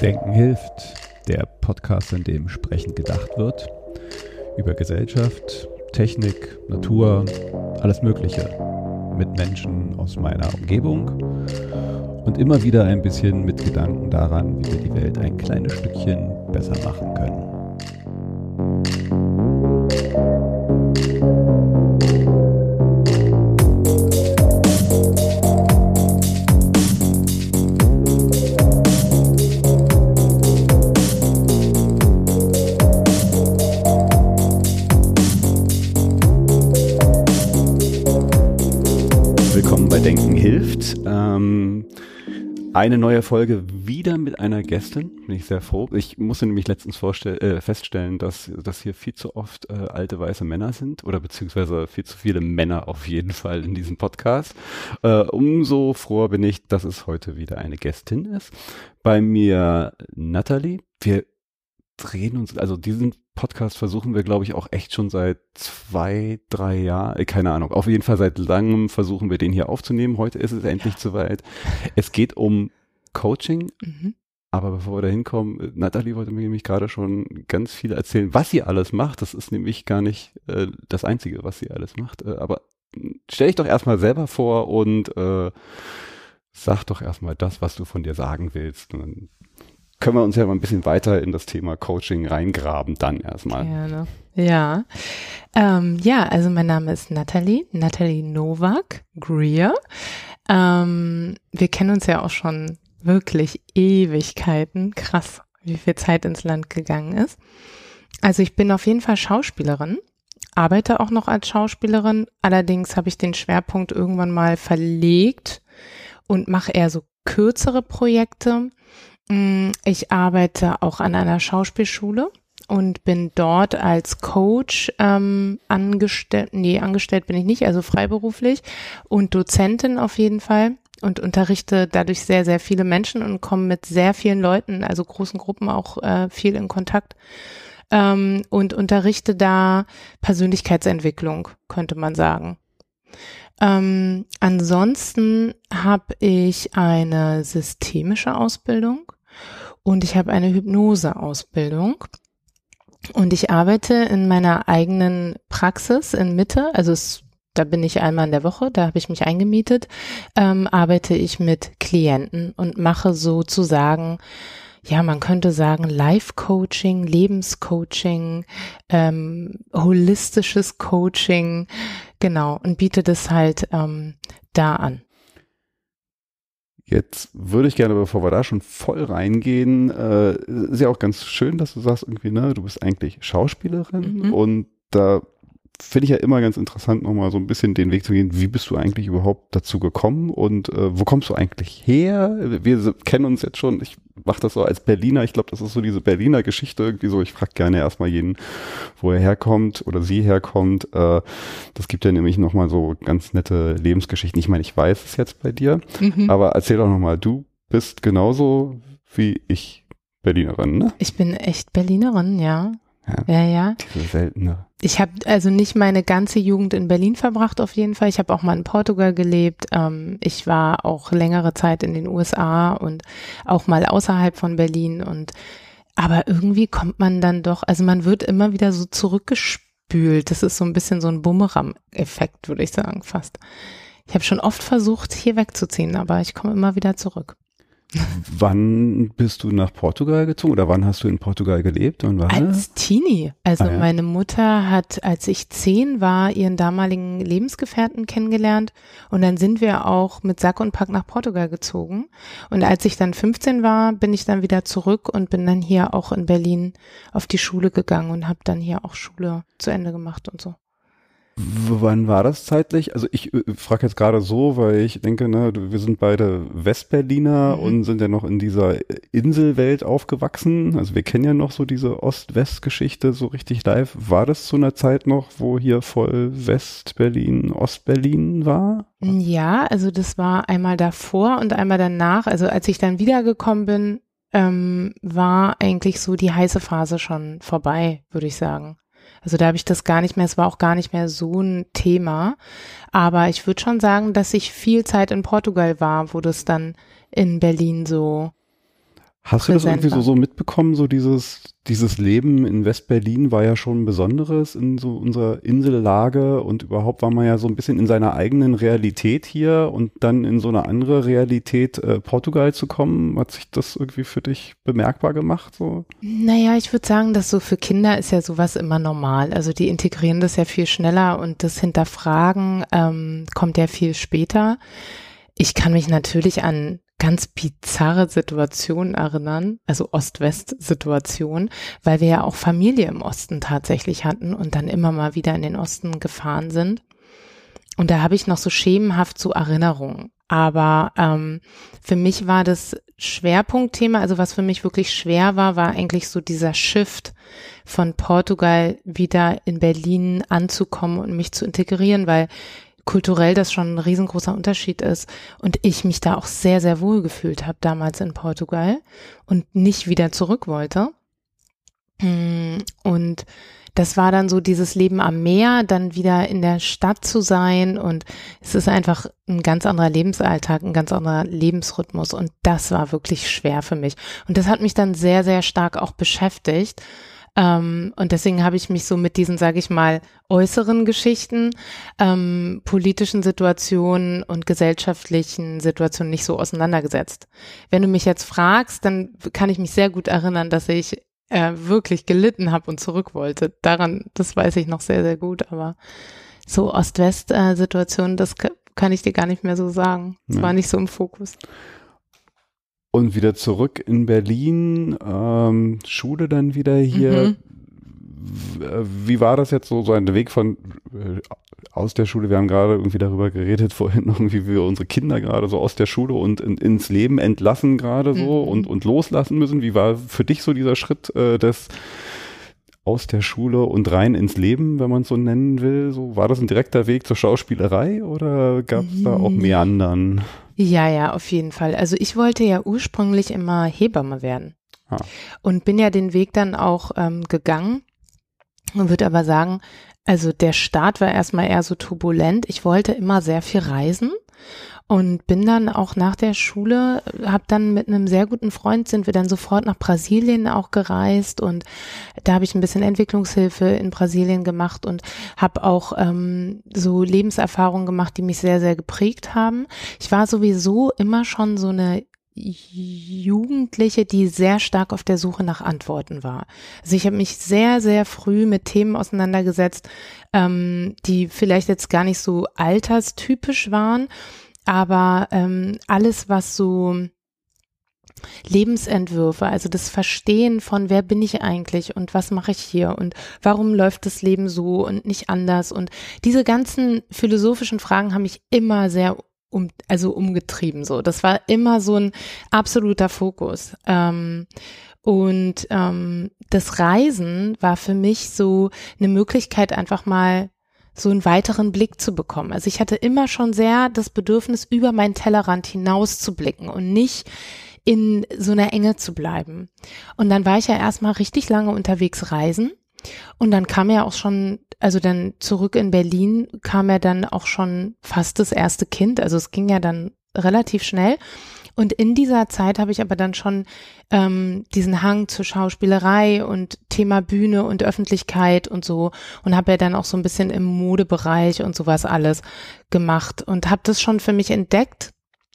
Denken hilft, der Podcast, in dem sprechend gedacht wird, über Gesellschaft, Technik, Natur, alles Mögliche, mit Menschen aus meiner Umgebung und immer wieder ein bisschen mit Gedanken daran, wie wir die Welt ein kleines Stückchen besser machen können. Willkommen bei Denken hilft. Eine neue Folge wieder mit einer Gästin. Bin ich sehr froh. Ich musste nämlich letztens feststellen, dass hier viel zu oft alte weiße Männer sind oder beziehungsweise viel zu viele Männer auf jeden Fall in diesem Podcast. Umso froher bin ich, dass es heute wieder eine Gästin ist. Bei mir Nathalie. Wir drehen uns, also diesen Podcast versuchen wir, glaube ich, auch echt schon seit 2-3 Jahren, keine Ahnung, auf jeden Fall seit langem versuchen wir den hier aufzunehmen. Heute ist es endlich soweit. Es geht um Coaching, aber bevor wir da hinkommen, Nathalie wollte mir nämlich gerade schon ganz viel erzählen, was sie alles macht. Das ist nämlich gar nicht das Einzige, was sie alles macht. Aber stell dich doch erstmal selber vor und sag doch erstmal das, was du von dir sagen willst. Und dann können wir uns ja mal ein bisschen weiter in das Thema Coaching reingraben dann erstmal. Gerne. Ja. Also mein Name ist Nathalie Nowak Greer. Wir kennen uns ja auch schon wirklich Ewigkeiten. Krass, wie viel Zeit ins Land gegangen ist. Also ich bin auf jeden Fall Schauspielerin, arbeite auch noch als Schauspielerin. Allerdings habe ich den Schwerpunkt irgendwann mal verlegt und mache eher so kürzere Projekte. Ich arbeite auch an einer Schauspielschule und bin dort als Coach angestellt bin ich nicht, also freiberuflich und Dozentin auf jeden Fall und unterrichte dadurch sehr, sehr viele Menschen und komme mit sehr vielen Leuten, also großen Gruppen auch viel in Kontakt und unterrichte da Persönlichkeitsentwicklung, könnte man sagen. Ansonsten habe ich eine systemische Ausbildung und ich habe eine Hypnose-Ausbildung und ich arbeite in meiner eigenen Praxis in Mitte, also da bin ich einmal in der Woche, da habe ich mich eingemietet, arbeite ich mit Klienten und mache sozusagen, ja, man könnte sagen Life-Coaching, Lebenscoaching, holistisches Coaching, genau, und biete das halt da an. Jetzt würde ich gerne, bevor wir da schon voll reingehen, ist ja auch ganz schön, dass du sagst irgendwie, ne, du bist eigentlich Schauspielerin und da finde ich ja immer ganz interessant, nochmal so ein bisschen den Weg zu gehen, wie bist du eigentlich überhaupt dazu gekommen und wo kommst du eigentlich her? Wir kennen uns jetzt schon, ich mache das so als Berliner, ich glaube, das ist so diese Berliner Geschichte irgendwie so, ich frage gerne erstmal jeden, wo er herkommt oder sie herkommt. Das gibt ja nämlich nochmal so ganz nette Lebensgeschichten. Ich meine, ich weiß es jetzt bei dir, aber erzähl doch nochmal, du bist genauso wie ich Berlinerin, ne? Ich bin echt Berlinerin, ja. Ja. Diese seltene. Ich habe also nicht meine ganze Jugend in Berlin verbracht auf jeden Fall. Ich habe auch mal in Portugal gelebt. Ich war auch längere Zeit in den USA und auch mal außerhalb von Berlin. Aber irgendwie kommt man dann doch, also man wird immer wieder so zurückgespült. Das ist so ein bisschen so ein Bumerang-Effekt, würde ich sagen, fast. Ich habe schon oft versucht, hier wegzuziehen, aber ich komme immer wieder zurück. Wann bist du nach Portugal gezogen oder wann hast du in Portugal gelebt? Und als Teenie. Also meine Mutter hat, als ich 10 war, ihren damaligen Lebensgefährten kennengelernt und dann sind wir auch mit Sack und Pack nach Portugal gezogen. Und als ich dann 15 war, bin ich dann wieder zurück und bin dann hier auch in Berlin auf die Schule gegangen und habe dann hier auch Schule zu Ende gemacht und so. Wann war das zeitlich? Also ich frage jetzt gerade so, weil ich denke, ne, wir sind beide Westberliner und sind ja noch in dieser Inselwelt aufgewachsen. Also wir kennen ja noch so diese Ost-West-Geschichte so richtig live. War das zu einer Zeit noch, wo hier voll West-Berlin, Ost-Berlin war? Ja, also das war einmal davor und einmal danach. Also als ich dann wiedergekommen bin, war eigentlich so die heiße Phase schon vorbei, würde ich sagen. Also da habe ich das gar nicht mehr, es war auch gar nicht mehr so ein Thema. Aber ich würde schon sagen, dass ich viel Zeit in Portugal war, wo das dann in Berlin so Hast du das irgendwie so mitbekommen, so dieses Leben in West-Berlin war ja schon Besonderes in so unserer Insellage und überhaupt war man ja so ein bisschen in seiner eigenen Realität hier und dann in so eine andere Realität Portugal zu kommen, hat sich das irgendwie für dich bemerkbar gemacht? So? Naja, ich würde sagen, dass so für Kinder ist ja sowas immer normal. Also die integrieren das ja viel schneller und das Hinterfragen kommt ja viel später. Ich kann mich natürlich an ganz bizarre Situationen erinnern, also Ost-West-Situationen, weil wir ja auch Familie im Osten tatsächlich hatten und dann immer mal wieder in den Osten gefahren sind. Und da habe ich noch so schemenhaft so Erinnerungen. Aber für mich war das Schwerpunktthema, also was für mich wirklich schwer war eigentlich so dieser Shift von Portugal wieder in Berlin anzukommen und mich zu integrieren, weil kulturell das schon ein riesengroßer Unterschied ist und ich mich da auch sehr, sehr wohl gefühlt habe damals in Portugal und nicht wieder zurück wollte. Und das war dann so dieses Leben am Meer, dann wieder in der Stadt zu sein und es ist einfach ein ganz anderer Lebensalltag, ein ganz anderer Lebensrhythmus und das war wirklich schwer für mich. Und das hat mich dann sehr, sehr stark auch beschäftigt. Und deswegen habe ich mich so mit diesen, sage ich mal, äußeren Geschichten, politischen Situationen und gesellschaftlichen Situationen nicht so auseinandergesetzt. Wenn du mich jetzt fragst, dann kann ich mich sehr gut erinnern, dass ich wirklich gelitten habe und zurück wollte. Daran, das weiß ich noch sehr, sehr gut, aber so Ost-West-Situationen, das kann ich dir gar nicht mehr so sagen. Das war nicht so im Fokus. Und wieder zurück in Berlin, Schule dann wieder hier. Wie war das jetzt so ein Weg von aus der Schule? Wir haben gerade irgendwie darüber geredet vorhin, irgendwie wie wir unsere Kinder gerade so aus der Schule und ins Leben entlassen gerade so und loslassen müssen. Wie war für dich so dieser Schritt des aus der Schule und rein ins Leben, wenn man es so nennen will? So, war das ein direkter Weg zur Schauspielerei oder gab es da auch mehr anderen? Ja, auf jeden Fall. Also ich wollte ja ursprünglich immer Hebamme werden und bin ja den Weg dann auch gegangen und würde aber sagen, also der Start war erstmal eher so turbulent. Ich wollte immer sehr viel reisen und bin dann auch nach der Schule, habe dann mit einem sehr guten Freund, sind wir dann sofort nach Brasilien auch gereist und da habe ich ein bisschen Entwicklungshilfe in Brasilien gemacht und habe auch so Lebenserfahrungen gemacht, die mich sehr, sehr geprägt haben. Ich war sowieso immer schon so eine Jugendliche, die sehr stark auf der Suche nach Antworten war. Also ich habe mich sehr, sehr früh mit Themen auseinandergesetzt, die vielleicht jetzt gar nicht so alterstypisch waren, aber alles, was so Lebensentwürfe, also das Verstehen von, wer bin ich eigentlich und was mache ich hier und warum läuft das Leben so und nicht anders und diese ganzen philosophischen Fragen haben mich immer sehr umgetrieben so. Das war immer so ein absoluter Fokus. Das Reisen war für mich so eine Möglichkeit, einfach mal so einen weiteren Blick zu bekommen. Also ich hatte immer schon sehr das Bedürfnis, über meinen Tellerrand hinaus zu blicken und nicht in so einer Enge zu bleiben. Und dann war ich ja erstmal richtig lange unterwegs reisen. Und dann kam ja auch schon, also dann zurück in Berlin kam ja dann auch schon fast das erste Kind. Also es ging ja dann relativ schnell. Und in dieser Zeit habe ich aber dann schon diesen Hang zur Schauspielerei und Thema Bühne und Öffentlichkeit und so und habe ja dann auch so ein bisschen im Modebereich und sowas alles gemacht und habe das schon für mich entdeckt.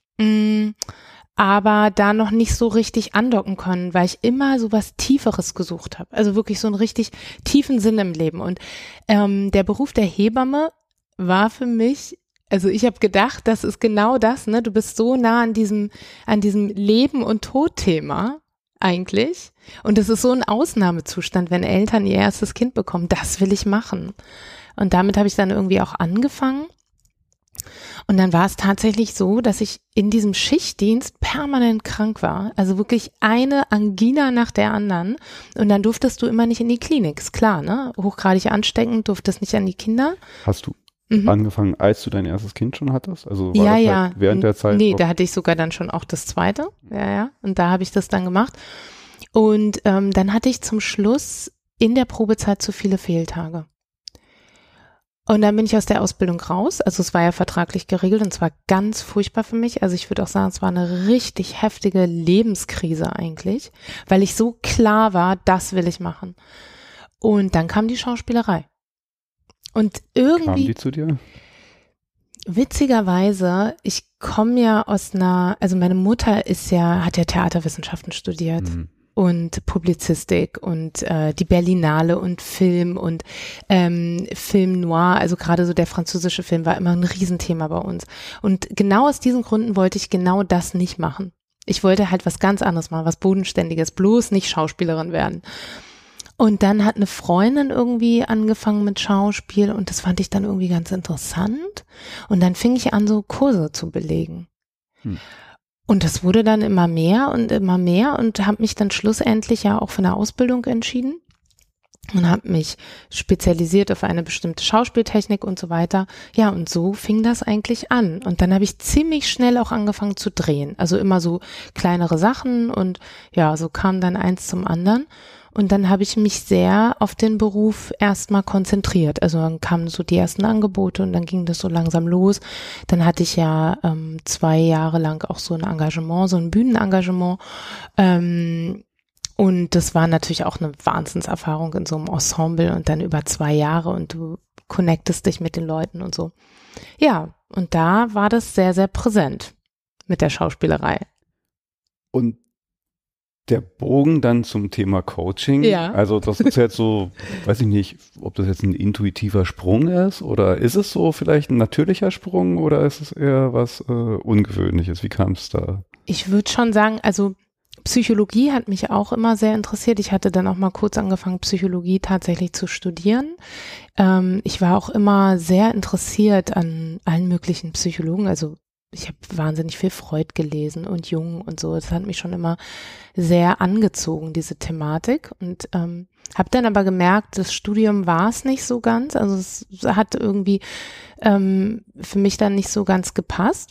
Aber da noch nicht so richtig andocken können, weil ich immer so was Tieferes gesucht habe. Also wirklich so einen richtig tiefen Sinn im Leben. Und der Beruf der Hebamme war für mich, also ich habe gedacht, das ist genau das, ne? Du bist so nah an diesem Leben- und Tod-Thema eigentlich. Und es ist so ein Ausnahmezustand, wenn Eltern ihr erstes Kind bekommen. Das will ich machen. Und damit habe ich dann irgendwie auch angefangen. Und dann war es tatsächlich so, dass ich in diesem Schichtdienst permanent krank war. Also wirklich eine Angina nach der anderen. Und dann durftest du immer nicht in die Klinik. Ist klar, ne? Hochgradig ansteckend, durftest nicht an die Kinder. Hast du angefangen, als du dein erstes Kind schon hattest? Also war ja, das ja. Halt während der Zeit? Nee, da hatte ich sogar dann schon auch das zweite. Ja. Und da habe ich das dann gemacht. Und dann hatte ich zum Schluss in der Probezeit zu viele Fehltage. Und dann bin ich aus der Ausbildung raus. Also es war ja vertraglich geregelt und es war ganz furchtbar für mich. Also ich würde auch sagen, es war eine richtig heftige Lebenskrise eigentlich, weil ich so klar war, das will ich machen. Und dann kam die Schauspielerei. Und irgendwie. Kam die zu dir? Witzigerweise, ich komme ja aus also meine Mutter hat ja Theaterwissenschaften studiert. Und Publizistik und die Berlinale und Film und Film Noir, also gerade so der französische Film war immer ein Riesenthema bei uns. Und genau aus diesen Gründen wollte ich genau das nicht machen. Ich wollte halt was ganz anderes machen, was Bodenständiges, bloß nicht Schauspielerin werden. Und dann hat eine Freundin irgendwie angefangen mit Schauspiel und das fand ich dann irgendwie ganz interessant. Und dann fing ich an, so Kurse zu belegen. Und das wurde dann immer mehr und habe mich dann schlussendlich ja auch für eine Ausbildung entschieden und habe mich spezialisiert auf eine bestimmte Schauspieltechnik und so weiter. Ja, und so fing das eigentlich an. Und dann habe ich ziemlich schnell auch angefangen zu drehen. Also immer so kleinere Sachen und ja, so kam dann eins zum anderen. Und dann habe ich mich sehr auf den Beruf erstmal konzentriert. Also dann kamen so die ersten Angebote und dann ging das so langsam los. Dann hatte ich ja 2 Jahre lang auch so ein Engagement, so ein Bühnenengagement. Und das war natürlich auch eine Wahnsinnserfahrung in so einem Ensemble und dann über 2 Jahre und du connectest dich mit den Leuten und so. Ja, und da war das sehr, sehr präsent mit der Schauspielerei. Und der Bogen dann zum Thema Coaching, ja. Also das ist jetzt so, weiß ich nicht, ob das jetzt ein intuitiver Sprung ist oder ist es so vielleicht ein natürlicher Sprung oder ist es eher was Ungewöhnliches? Wie kam es da? Ich würde schon sagen, also Psychologie hat mich auch immer sehr interessiert. Ich hatte dann auch mal kurz angefangen, Psychologie tatsächlich zu studieren. Ich war auch immer sehr interessiert an allen möglichen Psychologen, also ich habe wahnsinnig viel Freud gelesen und Jung und so. Das hat mich schon immer sehr angezogen, diese Thematik. Und habe dann aber gemerkt, das Studium war es nicht so ganz. Also es hat irgendwie für mich dann nicht so ganz gepasst.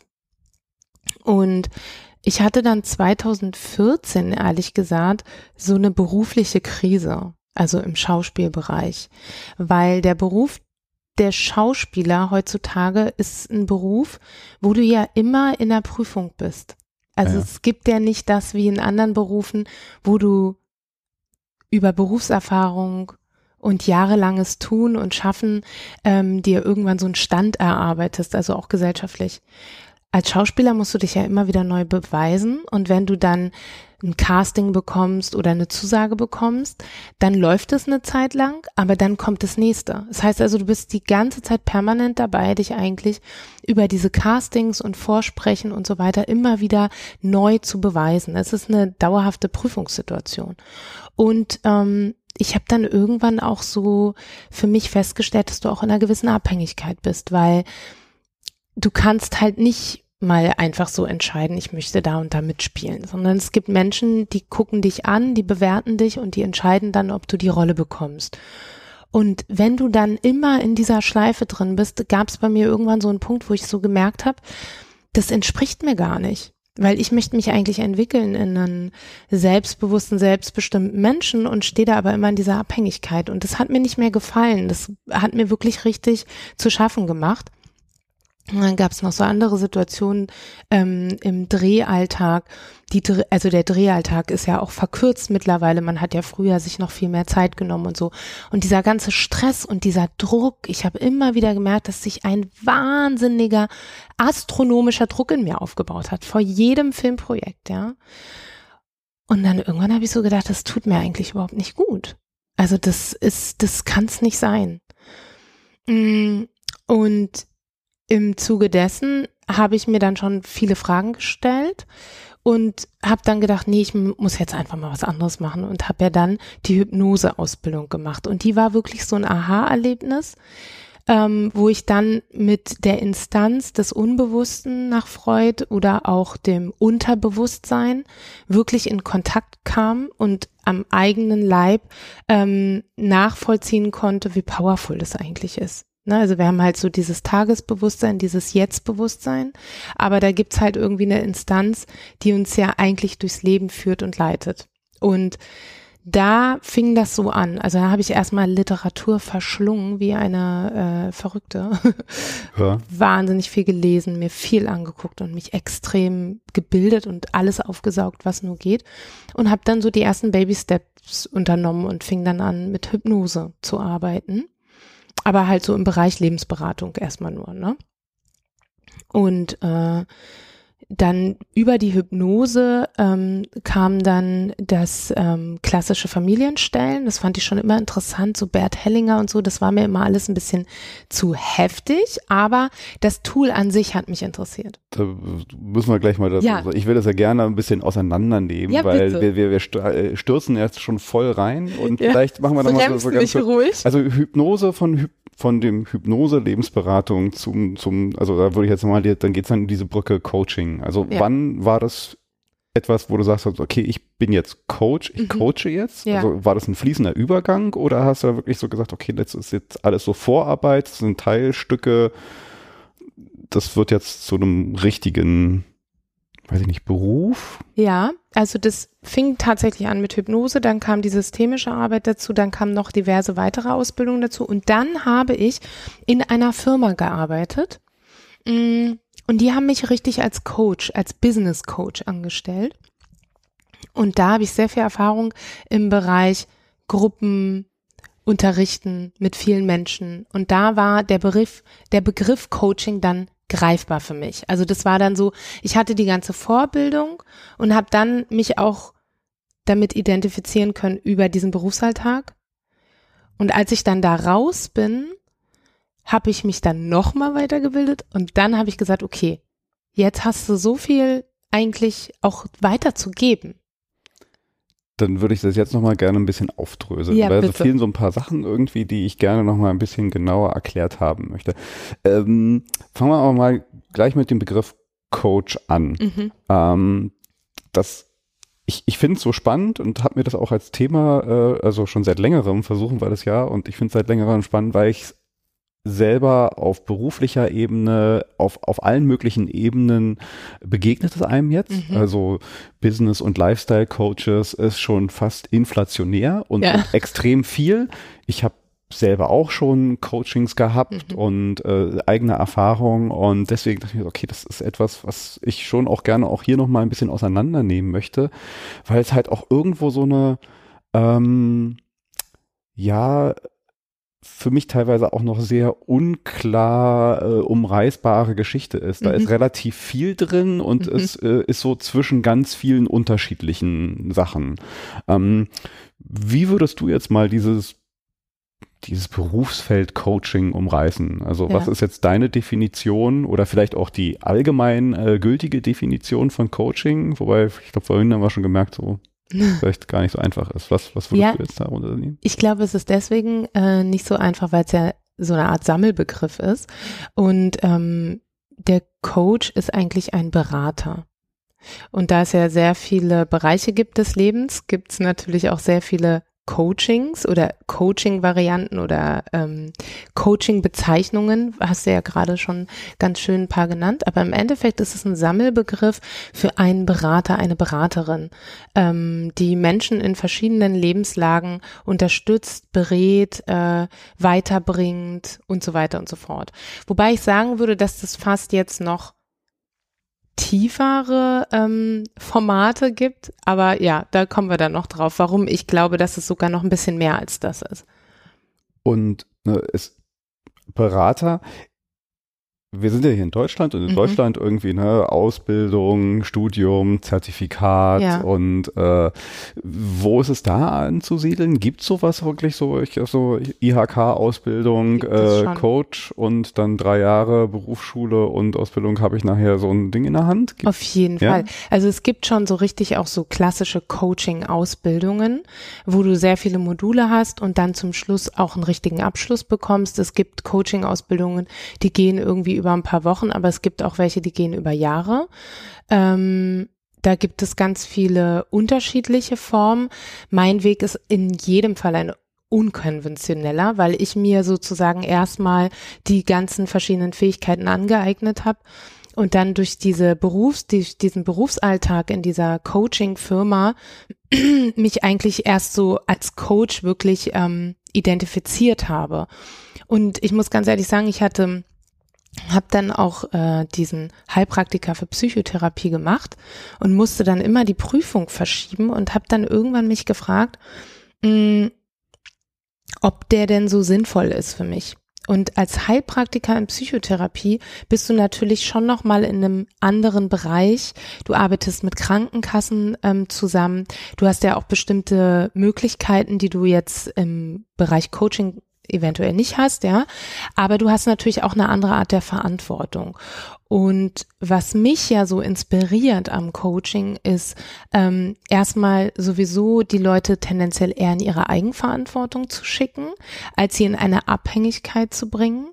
Und ich hatte dann 2014, ehrlich gesagt, so eine berufliche Krise, also im Schauspielbereich, weil der Beruf der Schauspieler heutzutage ist ein Beruf, wo du ja immer in der Prüfung bist. Also es gibt ja nicht das wie in anderen Berufen, wo du über Berufserfahrung und jahrelanges Tun und Schaffen dir irgendwann so einen Stand erarbeitest, also auch gesellschaftlich. Als Schauspieler musst du dich ja immer wieder neu beweisen und wenn du dann ein Casting bekommst oder eine Zusage bekommst, dann läuft es eine Zeit lang, aber dann kommt das nächste. Das heißt also, du bist die ganze Zeit permanent dabei, dich eigentlich über diese Castings und Vorsprechen und so weiter immer wieder neu zu beweisen. Es ist eine dauerhafte Prüfungssituation. Und ich habe dann irgendwann auch so für mich festgestellt, dass du auch in einer gewissen Abhängigkeit bist, weil du kannst halt nicht mal einfach so entscheiden, ich möchte da und da mitspielen, sondern es gibt Menschen, die gucken dich an, die bewerten dich und die entscheiden dann, ob du die Rolle bekommst. Und wenn du dann immer in dieser Schleife drin bist, gab es bei mir irgendwann so einen Punkt, wo ich so gemerkt habe, das entspricht mir gar nicht, weil ich möchte mich eigentlich entwickeln in einen selbstbewussten, selbstbestimmten Menschen und stehe da aber immer in dieser Abhängigkeit und das hat mir nicht mehr gefallen, das hat mir wirklich richtig zu schaffen gemacht. Und dann gab es noch so andere Situationen im Drehalltag. Also der Drehalltag ist ja auch verkürzt mittlerweile. Man hat ja früher sich noch viel mehr Zeit genommen und so. Und dieser ganze Stress und dieser Druck, ich habe immer wieder gemerkt, dass sich ein wahnsinniger astronomischer Druck in mir aufgebaut hat. Vor jedem Filmprojekt, ja. Und dann irgendwann habe ich so gedacht, das tut mir eigentlich überhaupt nicht gut. Also das kann es nicht sein. Und im Zuge dessen habe ich mir dann schon viele Fragen gestellt und habe dann gedacht, nee, ich muss jetzt einfach mal was anderes machen und habe ja dann die Hypnose-Ausbildung gemacht. Und die war wirklich so ein Aha-Erlebnis, wo ich dann mit der Instanz des Unbewussten nach Freud oder auch dem Unterbewusstsein wirklich in Kontakt kam und am eigenen Leib nachvollziehen konnte, wie powerful das eigentlich ist. Also wir haben halt so dieses Tagesbewusstsein, dieses Jetzt-Bewusstsein, aber da gibt's halt irgendwie eine Instanz, die uns ja eigentlich durchs Leben führt und leitet. Und da fing das so an. Also da habe ich erstmal Literatur verschlungen wie eine Verrückte. Ja. Wahnsinnig viel gelesen, mir viel angeguckt und mich extrem gebildet und alles aufgesaugt, was nur geht. Und habe dann so die ersten Baby-Steps unternommen und fing dann an, mit Hypnose zu arbeiten. Aber halt so im Bereich Lebensberatung erstmal nur, ne? Und dann über die Hypnose kam dann das klassische Familienstellen. Das fand ich schon immer interessant, so Bert Hellinger und so. Das war mir immer alles ein bisschen zu heftig, aber das Tool an sich hat mich interessiert. Da müssen wir gleich mal dazu. Ja. Ich will das ja gerne ein bisschen auseinandernehmen, Ja, weil bitte. wir stürzen jetzt schon voll rein und vielleicht machen wir noch mal so ganz mich ruhig. Also Hypnose von dem Hypnose-Lebensberatung also da würde ich jetzt nochmal, dann geht's dann in diese Brücke Coaching. Also wann war das etwas, wo du sagst, okay, ich bin jetzt Coach, ich coache jetzt? Ja. Also war das ein fließender Übergang oder hast du da wirklich so gesagt, okay, das ist jetzt alles so Vorarbeit, das sind Teilstücke, das wird jetzt zu einem richtigen, weiß ich nicht, Beruf? Ja, also das fing tatsächlich an mit Hypnose, dann kam die systemische Arbeit dazu, dann kamen noch diverse weitere Ausbildungen dazu und dann habe ich in einer Firma gearbeitet und die haben mich richtig als Coach, als Business Coach angestellt und da habe ich sehr viel Erfahrung im Bereich Gruppen, Unterrichten mit vielen Menschen und da war der Begriff Coaching dann greifbar für mich. Also das war dann so, ich hatte die ganze Vorbildung und habe dann mich auch damit identifizieren können über diesen Berufsalltag. Und als ich dann da raus bin, habe ich mich dann nochmal weitergebildet und dann habe ich gesagt, okay, jetzt hast du so viel eigentlich auch weiterzugeben. Dann würde ich das jetzt nochmal gerne ein bisschen aufdröseln, Ja, weil bitte. so fehlen so ein paar Sachen irgendwie, die ich gerne nochmal ein bisschen genauer erklärt haben möchte. Fangen wir aber mal gleich mit dem Begriff Coach an. Ich finde es so spannend und habe mir das auch als Thema, also schon seit längerem versuchen wir das ja und ich finde es seit längerem spannend, weil ich selber auf beruflicher Ebene, auf allen möglichen Ebenen begegnet es einem jetzt. Also Business- und Lifestyle-Coaches ist schon fast inflationär und extrem viel. Ich habe selber auch schon Coachings gehabt und eigene Erfahrung und deswegen dachte ich mir, okay, das ist etwas, was ich schon auch gerne auch hier nochmal ein bisschen auseinandernehmen möchte, weil es halt auch irgendwo so eine für mich teilweise auch noch sehr unklar umreißbare Geschichte ist. Da ist relativ viel drin und es ist so zwischen ganz vielen unterschiedlichen Sachen. Wie würdest du jetzt mal dieses Berufsfeld Coaching umreißen? Also was ist jetzt deine Definition oder vielleicht auch die allgemein gültige Definition von Coaching? Wobei, ich glaube, vorhin haben wir schon gemerkt, so vielleicht gar nicht so einfach ist. Was würdest du jetzt darunter nehmen? Ich glaube, es ist deswegen nicht so einfach, weil es ja so eine Art Sammelbegriff ist. Und der Coach ist eigentlich ein Berater. Und da es ja sehr viele Bereiche gibt des Lebens, gibt es natürlich auch sehr viele Coachings oder Coaching-Varianten oder Coaching-Bezeichnungen, hast du ja gerade schon ganz schön ein paar genannt, aber im Endeffekt ist es ein Sammelbegriff für einen Berater, eine Beraterin, die Menschen in verschiedenen Lebenslagen unterstützt, berät, weiterbringt und so weiter und so fort. Wobei ich sagen würde, dass das fast jetzt noch tiefere Formate gibt, aber ja, da kommen wir dann noch drauf, warum ich glaube, dass es sogar noch ein bisschen mehr als das ist. Und Berater, wir sind ja hier in Deutschland und in Deutschland irgendwie Ausbildung, Studium, Zertifikat und wo ist es da anzusiedeln? Gibt es sowas wirklich so IHK-Ausbildung, Coach und dann 3 Jahre Berufsschule und Ausbildung habe ich nachher so ein Ding in der Hand? Auf jeden Fall. Also es gibt schon so richtig auch so klassische Coaching-Ausbildungen, wo du sehr viele Module hast und dann zum Schluss auch einen richtigen Abschluss bekommst. Es gibt Coaching-Ausbildungen, die gehen irgendwie über ein paar Wochen, aber es gibt auch welche, die gehen über Jahre. Da gibt es ganz viele unterschiedliche Formen. Mein Weg ist in jedem Fall ein unkonventioneller, weil ich mir sozusagen erstmal die ganzen verschiedenen Fähigkeiten angeeignet habe Und dann durch diesen Berufsalltag in dieser Coaching-Firma mich eigentlich erst so als Coach wirklich identifiziert habe. Und ich muss ganz ehrlich sagen, ich habe dann auch diesen Heilpraktiker für Psychotherapie gemacht und musste dann immer die Prüfung verschieben und habe dann irgendwann mich gefragt, ob der denn so sinnvoll ist für mich. Und als Heilpraktiker in Psychotherapie bist du natürlich schon nochmal in einem anderen Bereich. Du arbeitest mit Krankenkassen zusammen. Du hast ja auch bestimmte Möglichkeiten, die du jetzt im Bereich Coaching eventuell nicht hast, ja. Aber du hast natürlich auch eine andere Art der Verantwortung. Und was mich ja so inspiriert am Coaching ist, erstmal sowieso die Leute tendenziell eher in ihre Eigenverantwortung zu schicken, als sie in eine Abhängigkeit zu bringen.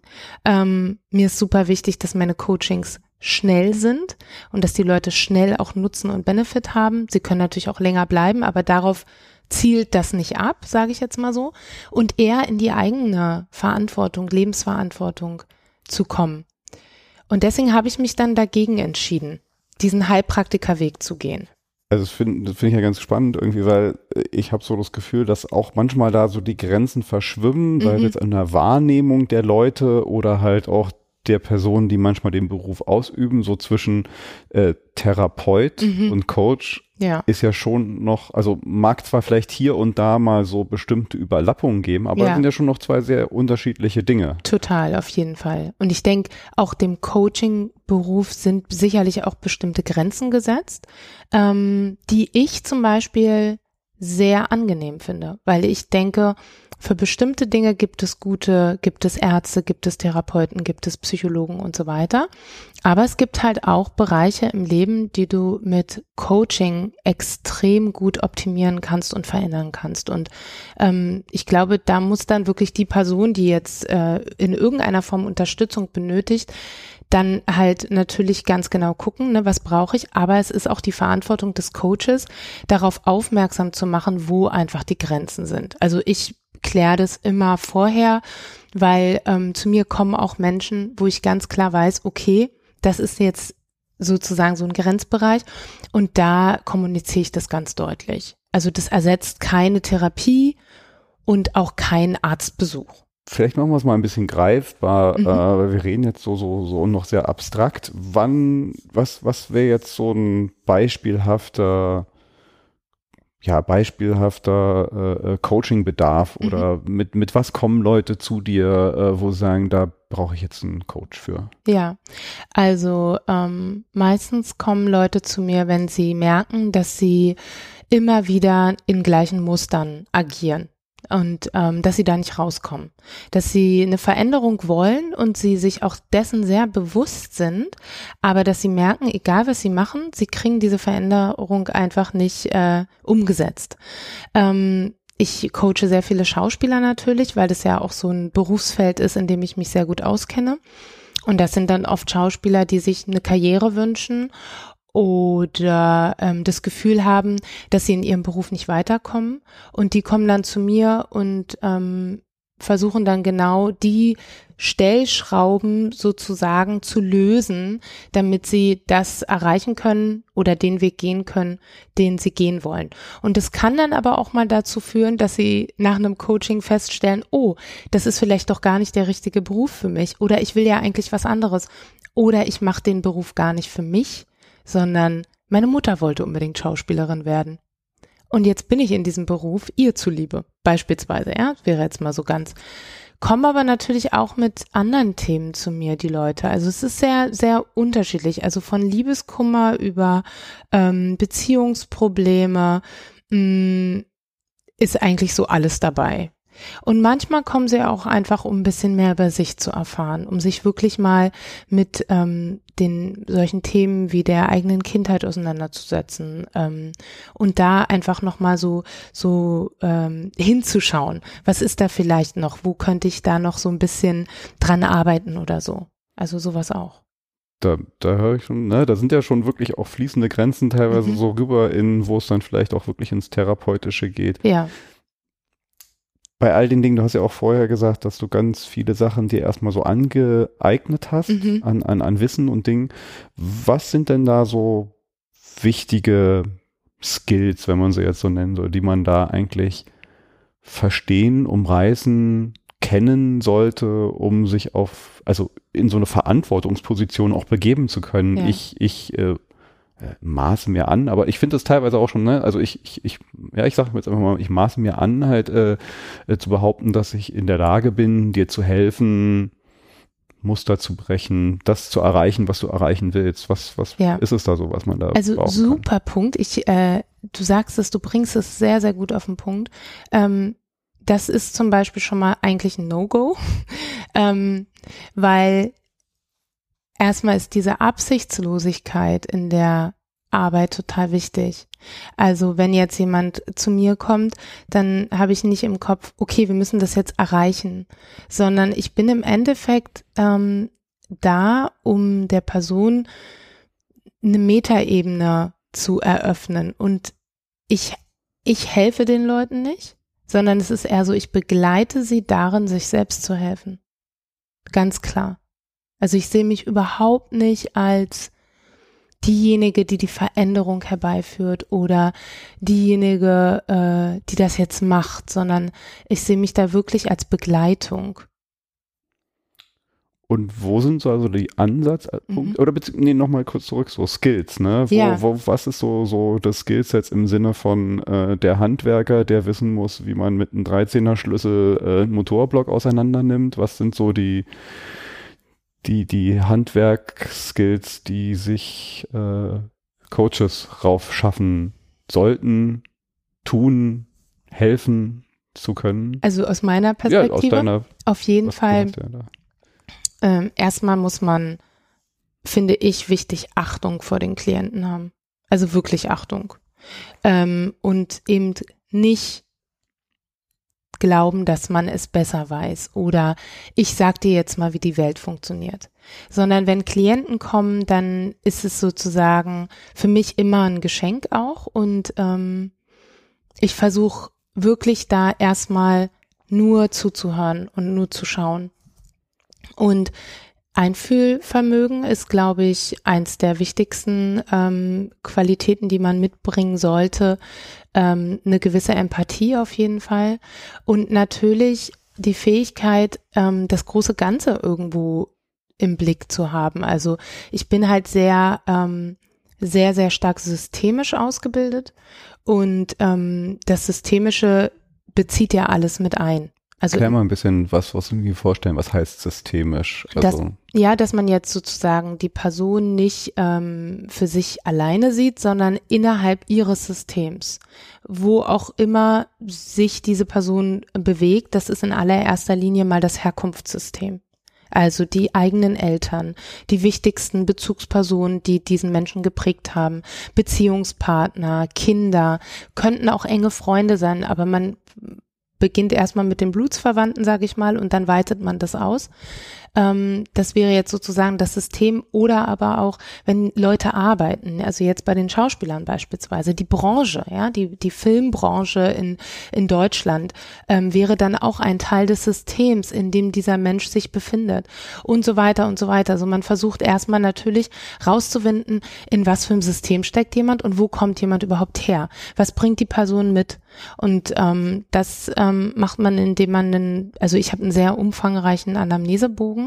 Mir ist super wichtig, dass meine Coachings schnell sind und dass die Leute schnell auch Nutzen und Benefit haben. Sie können natürlich auch länger bleiben, aber darauf zielt das nicht ab, sage ich jetzt mal so, und eher in die eigene Verantwortung, Lebensverantwortung zu kommen. Und deswegen habe ich mich dann dagegen entschieden, diesen Heilpraktikerweg zu gehen. Also das finde ich ja ganz spannend irgendwie, weil ich habe so das Gefühl, dass auch manchmal da so die Grenzen verschwimmen, sei es jetzt in der Wahrnehmung der Leute oder halt auch der Personen, die manchmal den Beruf ausüben, so zwischen Therapeut und Coach ist ja schon noch, also mag zwar vielleicht hier und da mal so bestimmte Überlappungen geben, aber es sind ja schon noch zwei sehr unterschiedliche Dinge. Total, auf jeden Fall. Und ich denke, auch dem Coaching-Beruf sind sicherlich auch bestimmte Grenzen gesetzt, die ich zum Beispiel sehr angenehm finde, weil ich denke, für bestimmte Dinge gibt es Ärzte, gibt es Therapeuten, gibt es Psychologen und so weiter. Aber es gibt halt auch Bereiche im Leben, die du mit Coaching extrem gut optimieren kannst und verändern kannst. Und ich glaube, da muss dann wirklich die Person, die jetzt in irgendeiner Form Unterstützung benötigt, dann halt natürlich ganz genau gucken, ne, was brauche ich. Aber es ist auch die Verantwortung des Coaches, darauf aufmerksam zu machen, wo einfach die Grenzen sind. Also ich kläre das immer vorher, weil zu mir kommen auch Menschen, wo ich ganz klar weiß, okay, das ist jetzt sozusagen so ein Grenzbereich und da kommuniziere ich das ganz deutlich. Also das ersetzt keine Therapie und auch keinen Arztbesuch. Vielleicht machen wir es mal ein bisschen greifbar, weil wir reden jetzt so noch sehr abstrakt. Was wäre jetzt so ein beispielhafter Coaching-Bedarf oder mit was kommen Leute zu dir, wo sie sagen, da brauche ich jetzt einen Coach für? Ja, also meistens kommen Leute zu mir, wenn sie merken, dass sie immer wieder in gleichen Mustern agieren. Und dass sie da nicht rauskommen, dass sie eine Veränderung wollen und sie sich auch dessen sehr bewusst sind, aber dass sie merken, egal was sie machen, sie kriegen diese Veränderung einfach nicht umgesetzt. Ich coache sehr viele Schauspieler natürlich, weil das ja auch so ein Berufsfeld ist, in dem ich mich sehr gut auskenne. Und das sind dann oft Schauspieler, die sich eine Karriere wünschen oder das Gefühl haben, dass sie in ihrem Beruf nicht weiterkommen, und die kommen dann zu mir und versuchen dann genau die Stellschrauben sozusagen zu lösen, damit sie das erreichen können oder den Weg gehen können, den sie gehen wollen. Und das kann dann aber auch mal dazu führen, dass sie nach einem Coaching feststellen, oh, das ist vielleicht doch gar nicht der richtige Beruf für mich, oder ich will ja eigentlich was anderes, oder ich mache den Beruf gar nicht für mich, sondern meine Mutter wollte unbedingt Schauspielerin werden. Und jetzt bin ich in diesem Beruf ihr zuliebe, beispielsweise, ja, wäre jetzt mal so ganz. Kommen aber natürlich auch mit anderen Themen zu mir, die Leute. Also es ist sehr, sehr unterschiedlich. Also von Liebeskummer über Beziehungsprobleme ist eigentlich so alles dabei. Und manchmal kommen sie auch einfach, um ein bisschen mehr über sich zu erfahren, um sich wirklich mal mit den solchen Themen wie der eigenen Kindheit auseinanderzusetzen und da einfach nochmal so hinzuschauen. Was ist da vielleicht noch? Wo könnte ich da noch so ein bisschen dran arbeiten oder so? Also sowas auch. Da höre ich schon, ne, da sind ja schon wirklich auch fließende Grenzen teilweise so rüber wo es dann vielleicht auch wirklich ins Therapeutische geht. Ja. bei all den Dingen, du hast ja auch vorher gesagt, dass du ganz viele Sachen dir erstmal so angeeignet hast an Wissen und Dingen. Was sind denn da so wichtige Skills, wenn man sie jetzt so nennen soll, die man da eigentlich verstehen, umreißen, kennen sollte, um sich also in so eine Verantwortungsposition auch begeben zu können? Ja. Ich maße mir an, aber ich finde das teilweise auch schon, ne, also ich sage jetzt einfach mal, ich maße mir an, halt zu behaupten, dass ich in der Lage bin, dir zu helfen, Muster zu brechen, das zu erreichen, was du erreichen willst. Was ist es da so, was man da Also brauchen super kann? Punkt. Du sagst es, du bringst es sehr, sehr gut auf den Punkt. Das ist zum Beispiel schon mal eigentlich ein No-Go, weil erstmal ist diese Absichtslosigkeit in der Arbeit total wichtig. Also wenn jetzt jemand zu mir kommt, dann habe ich nicht im Kopf, okay, wir müssen das jetzt erreichen, sondern ich bin im Endeffekt da, um der Person eine Metaebene zu eröffnen. Und ich helfe den Leuten nicht, sondern es ist eher so, ich begleite sie darin, sich selbst zu helfen. Ganz klar. Also ich sehe mich überhaupt nicht als diejenige, die die Veränderung herbeiführt oder diejenige, die das jetzt macht, sondern ich sehe mich da wirklich als Begleitung. Und wo sind so also die Ansatzpunkte, oder nochmal kurz zurück, so Skills, ne? Was ist so das Skillset im Sinne von der Handwerker, der wissen muss, wie man mit einem 13er Schlüssel einen Motorblock auseinander nimmt? Was sind so die Handwerk-Skills, die sich Coaches raufschaffen sollten, tun, helfen zu können? Also aus meiner Perspektive, ja, auf jeden Fall. Erstmal muss man, finde ich, wichtig Achtung vor den Klienten haben. Also wirklich Achtung. Und eben nicht glauben, dass man es besser weiß oder ich sag dir jetzt mal, wie die Welt funktioniert. Sondern wenn Klienten kommen, dann ist es sozusagen für mich immer ein Geschenk auch und ich versuche wirklich da erstmal nur zuzuhören und nur zu schauen. Und Einfühlvermögen ist, glaube ich, eins der wichtigsten Qualitäten, die man mitbringen sollte. Eine gewisse Empathie auf jeden Fall. Und natürlich die Fähigkeit, das große Ganze irgendwo im Blick zu haben. Also ich bin halt sehr, sehr stark systemisch ausgebildet. Und das Systemische bezieht ja alles mit ein. Also, erklär mal ein bisschen, was wir mir vorstellen, was heißt systemisch? Also dass man jetzt sozusagen die Person nicht für sich alleine sieht, sondern innerhalb ihres Systems. Wo auch immer sich diese Person bewegt, das ist in allererster Linie mal das Herkunftssystem. Also die eigenen Eltern, die wichtigsten Bezugspersonen, die diesen Menschen geprägt haben, Beziehungspartner, Kinder, könnten auch enge Freunde sein, aber man beginnt erstmal mit den Blutsverwandten, sage ich mal, und dann weitet man das aus. Das wäre jetzt sozusagen das System oder aber auch, wenn Leute arbeiten, also jetzt bei den Schauspielern beispielsweise, die Branche, ja, die Filmbranche in Deutschland wäre dann auch ein Teil des Systems, in dem dieser Mensch sich befindet und so weiter und so weiter. Also man versucht erstmal natürlich rauszufinden, in was für einem System steckt jemand und wo kommt jemand überhaupt her? Was bringt die Person mit? Und das macht man, indem man also ich habe einen sehr umfangreichen Anamnesebogen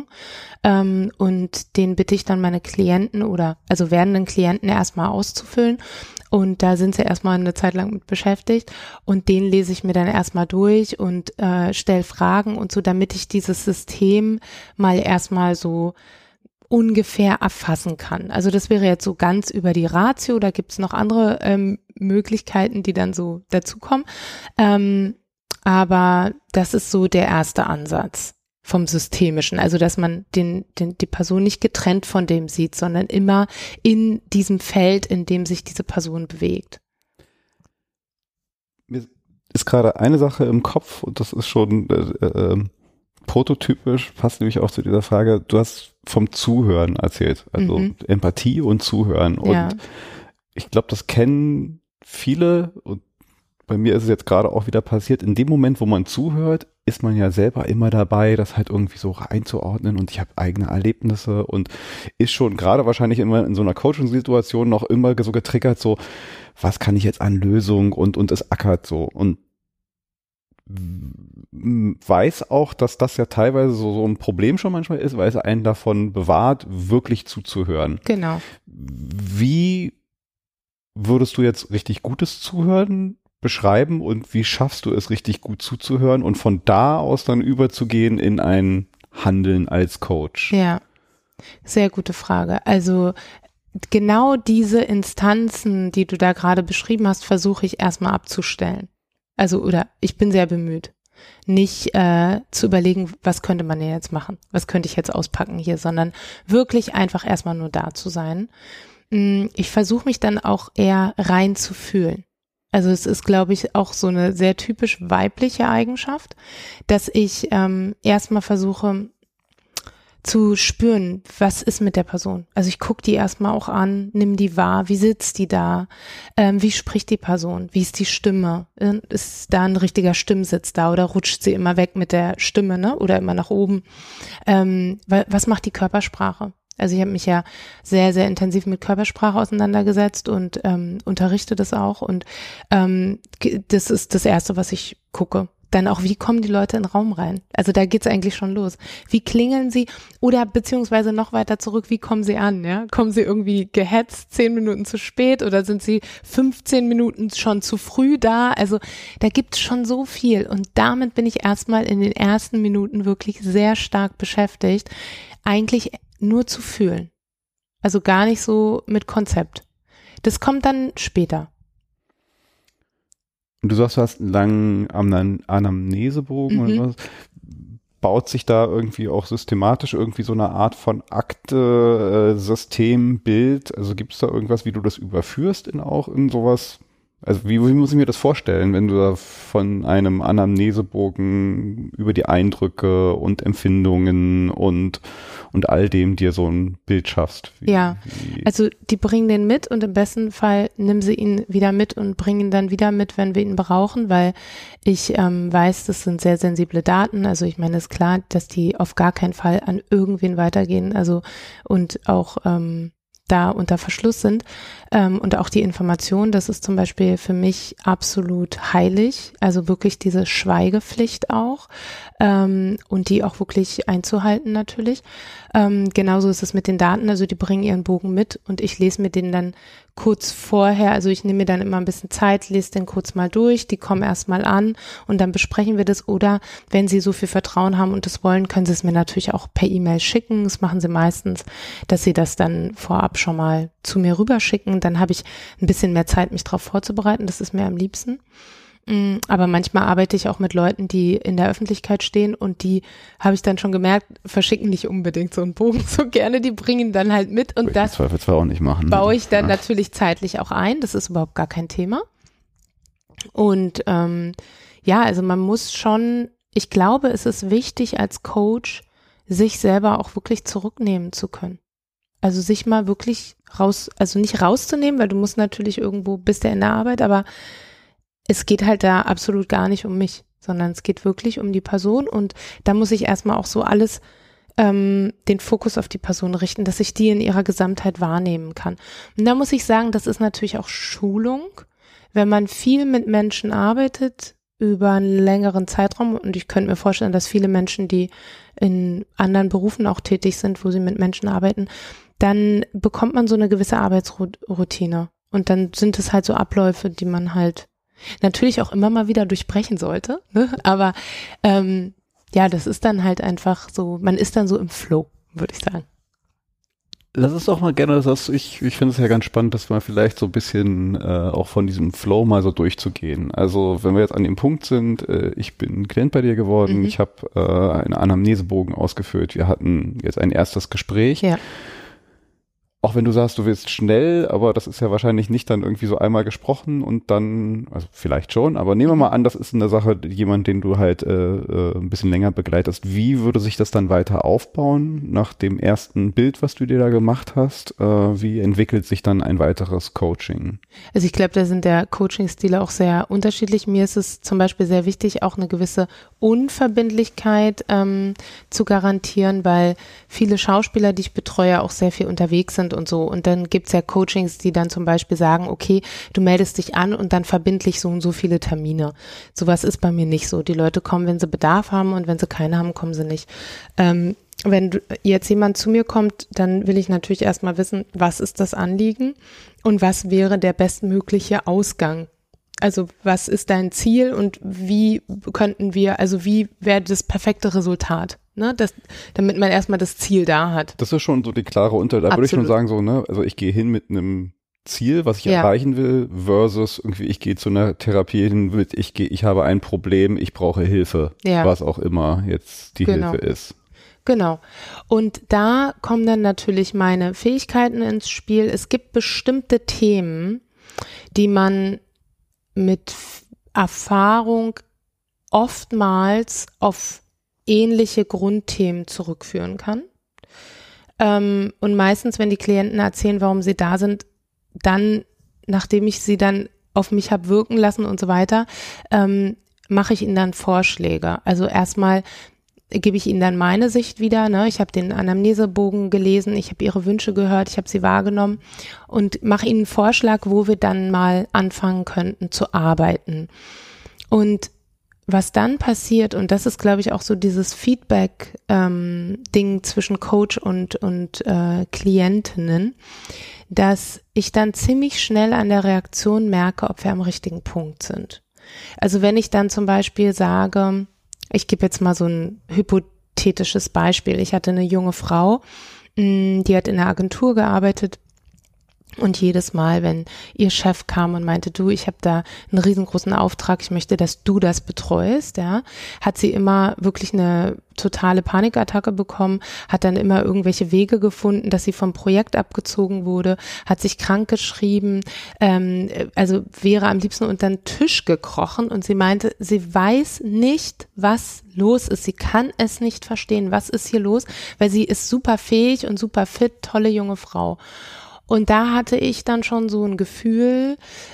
und den bitte ich dann meine Klienten oder also werdenden Klienten erstmal auszufüllen und da sind sie erstmal eine Zeit lang mit beschäftigt und den lese ich mir dann erstmal durch und stelle Fragen und so, damit ich dieses System mal erstmal so ungefähr erfassen kann. Also das wäre jetzt so ganz über die Ratio, da gibt's noch andere Möglichkeiten, die dann so dazukommen. Aber das ist so der erste Ansatz vom Systemischen. Also dass man die Person nicht getrennt von dem sieht, sondern immer in diesem Feld, in dem sich diese Person bewegt. Mir ist gerade eine Sache im Kopf und das ist schon prototypisch, passt nämlich auch zu dieser Frage, du hast vom Zuhören erzählt, also Empathie und Zuhören und ich glaube, das kennen viele und bei mir ist es jetzt gerade auch wieder passiert, in dem Moment, wo man zuhört, ist man ja selber immer dabei, das halt irgendwie so einzuordnen und ich habe eigene Erlebnisse und ist schon gerade wahrscheinlich immer in so einer Coaching-Situation noch immer so getriggert, so, was kann ich jetzt an Lösung und es ackert so und weiß auch, dass das ja teilweise so ein Problem schon manchmal ist, weil es einen davon bewahrt, wirklich zuzuhören. Genau. Wie würdest du jetzt richtig gutes Zuhören beschreiben und wie schaffst du es, richtig gut zuzuhören und von da aus dann überzugehen in ein Handeln als Coach? Ja, sehr gute Frage. Also genau diese Instanzen, die du da gerade beschrieben hast, versuche ich erstmal abzustellen. Also, oder ich bin sehr bemüht, nicht zu überlegen, was könnte man denn jetzt machen? Was könnte ich jetzt auspacken hier, sondern wirklich einfach erstmal nur da zu sein. Ich versuche mich dann auch eher rein zu fühlen. Also es ist, glaube ich, auch so eine sehr typisch weibliche Eigenschaft, dass ich erstmal versuche zu spüren, was ist mit der Person. Also ich gucke die erstmal auch an, nimm die wahr, wie sitzt die da, wie spricht die Person, wie ist die Stimme, ist da ein richtiger Stimmsitz da oder rutscht sie immer weg mit der Stimme, ne? Oder immer nach oben. Was macht die Körpersprache? Also ich habe mich ja sehr, sehr intensiv mit Körpersprache auseinandergesetzt und unterrichte das auch und das ist das Erste, was ich gucke. Dann auch, wie kommen die Leute in den Raum rein? Also da geht's eigentlich schon los. Wie klingeln sie oder beziehungsweise noch weiter zurück, wie kommen sie an? Ja? Kommen sie irgendwie gehetzt 10 Minuten zu spät oder sind sie 15 Minuten schon zu früh da? Also da gibt's schon so viel und damit bin ich erstmal in den ersten Minuten wirklich sehr stark beschäftigt, eigentlich nur zu fühlen. Also gar nicht so mit Konzept. Das kommt dann später. Du sagst, du hast einen langen Anamnesebogen oder was. Baut sich da irgendwie auch systematisch irgendwie so eine Art von Akte, System, Bild? Also gibt es da irgendwas, wie du das überführst in sowas? Also wie muss ich mir das vorstellen, wenn du da von einem Anamnesebogen über die Eindrücke und Empfindungen und all dem dir so ein Bild schaffst? Also die bringen den mit und im besten Fall nimm sie ihn wieder mit und bring ihn dann wieder mit, wenn wir ihn brauchen, weil ich weiß, das sind sehr sensible Daten. Also ich meine, es ist klar, dass die auf gar keinen Fall an irgendwen weitergehen, also und auch da unter Verschluss sind und auch die Information, das ist zum Beispiel für mich absolut heilig, also wirklich diese Schweigepflicht auch und die auch wirklich einzuhalten natürlich. Genauso ist es mit den Daten, also die bringen ihren Bogen mit und ich lese mir den dann kurz vorher, also ich nehme mir dann immer ein bisschen Zeit, lese den kurz mal durch, die kommen erstmal an und dann besprechen wir das oder wenn sie so viel Vertrauen haben und das wollen, können sie es mir natürlich auch per E-Mail schicken, das machen sie meistens, dass sie das dann vorab schon mal zu mir rüberschicken, dann habe ich ein bisschen mehr Zeit, mich darauf vorzubereiten, das ist mir am liebsten. Aber manchmal arbeite ich auch mit Leuten, die in der Öffentlichkeit stehen und die, habe ich dann schon gemerkt, verschicken nicht unbedingt so einen Bogen so gerne, die bringen dann halt mit und das auch nicht machen, baue ich dann natürlich zeitlich auch ein, das ist überhaupt gar kein Thema. Und also man muss schon, ich glaube, es ist wichtig als Coach, sich selber auch wirklich zurücknehmen zu können. Also sich mal wirklich also nicht rauszunehmen, weil du musst natürlich irgendwo, bist ja in der Arbeit, aber es geht halt da absolut gar nicht um mich, sondern es geht wirklich um die Person und da muss ich erstmal auch so alles den Fokus auf die Person richten, dass ich die in ihrer Gesamtheit wahrnehmen kann. Und da muss ich sagen, das ist natürlich auch Schulung, wenn man viel mit Menschen arbeitet über einen längeren Zeitraum und ich könnte mir vorstellen, dass viele Menschen, die in anderen Berufen auch tätig sind, wo sie mit Menschen arbeiten, dann bekommt man so eine gewisse Arbeitsroutine und dann sind es halt so Abläufe, die man halt natürlich auch immer mal wieder durchbrechen sollte, ne? Aber das ist dann halt einfach so, man ist dann so im Flow, würde ich sagen. Lass es doch mal gerne, ich finde es ja ganz spannend, dass man vielleicht so ein bisschen auch von diesem Flow mal so durchzugehen. Also wenn wir jetzt an dem Punkt sind, ich bin Klient bei dir geworden, ich habe einen Anamnesebogen ausgefüllt, wir hatten jetzt ein erstes Gespräch. Ja. auch wenn du sagst, du willst schnell, aber das ist ja wahrscheinlich nicht dann irgendwie so einmal gesprochen und dann, also vielleicht schon, aber nehmen wir mal an, das ist eine Sache, jemand, den du halt ein bisschen länger begleitest. Wie würde sich das dann weiter aufbauen nach dem ersten Bild, was du dir da gemacht hast? Wie entwickelt sich dann ein weiteres Coaching? Also ich glaube, da sind der Coaching-Stile auch sehr unterschiedlich. Mir ist es zum Beispiel sehr wichtig, auch eine gewisse Unverbindlichkeit zu garantieren, weil viele Schauspieler, die ich betreue, auch sehr viel unterwegs sind und so. Und dann gibt's ja Coachings, die dann zum Beispiel sagen, okay, du meldest dich an und dann verbindlich so und so viele Termine. Sowas ist bei mir nicht so. Die Leute kommen, wenn sie Bedarf haben, und wenn sie keine haben, kommen sie nicht. Wenn jetzt jemand zu mir kommt, dann will ich natürlich erstmal wissen, was ist das Anliegen und was wäre der bestmögliche Ausgang. Also was ist dein Ziel und wie wäre das perfekte Resultat, ne? Damit man erstmal das Ziel da hat. Das ist schon so die klare da würde ich schon sagen so, ne, also ich gehe hin mit einem Ziel, was ich erreichen will, versus irgendwie ich gehe zu einer Therapie hin, ich habe ein Problem, ich brauche Hilfe, was auch immer jetzt die Hilfe ist. Genau. Und da kommen dann natürlich meine Fähigkeiten ins Spiel. Es gibt bestimmte Themen, die man mit Erfahrung oftmals auf ähnliche Grundthemen zurückführen kann. Und meistens, wenn die Klienten erzählen, warum sie da sind, dann, nachdem ich sie dann auf mich habe wirken lassen und so weiter, mache ich ihnen dann Vorschläge. Also erstmal gebe ich ihnen dann meine Sicht wieder, ne? Ich habe den Anamnesebogen gelesen, ich habe ihre Wünsche gehört, ich habe sie wahrgenommen und mache ihnen einen Vorschlag, wo wir dann mal anfangen könnten zu arbeiten. Und was dann passiert, und das ist, glaube ich, auch so dieses Feedback-Ding zwischen Coach und Klientinnen, dass ich dann ziemlich schnell an der Reaktion merke, ob wir am richtigen Punkt sind. Also wenn ich dann zum Beispiel sage, ich gebe jetzt mal so ein hypothetisches Beispiel. Ich hatte eine junge Frau, die hat in der Agentur gearbeitet. Und jedes Mal, wenn ihr Chef kam und meinte, du, ich habe da einen riesengroßen Auftrag, ich möchte, dass du das betreust, ja, hat sie immer wirklich eine totale Panikattacke bekommen, hat dann immer irgendwelche Wege gefunden, dass sie vom Projekt abgezogen wurde, hat sich krank geschrieben, also wäre am liebsten unter den Tisch gekrochen und sie meinte, sie weiß nicht, was los ist. Sie kann es nicht verstehen, was ist hier los, weil sie ist super fähig und super fit, tolle junge Frau. Und da hatte ich dann schon so ein Gefühl,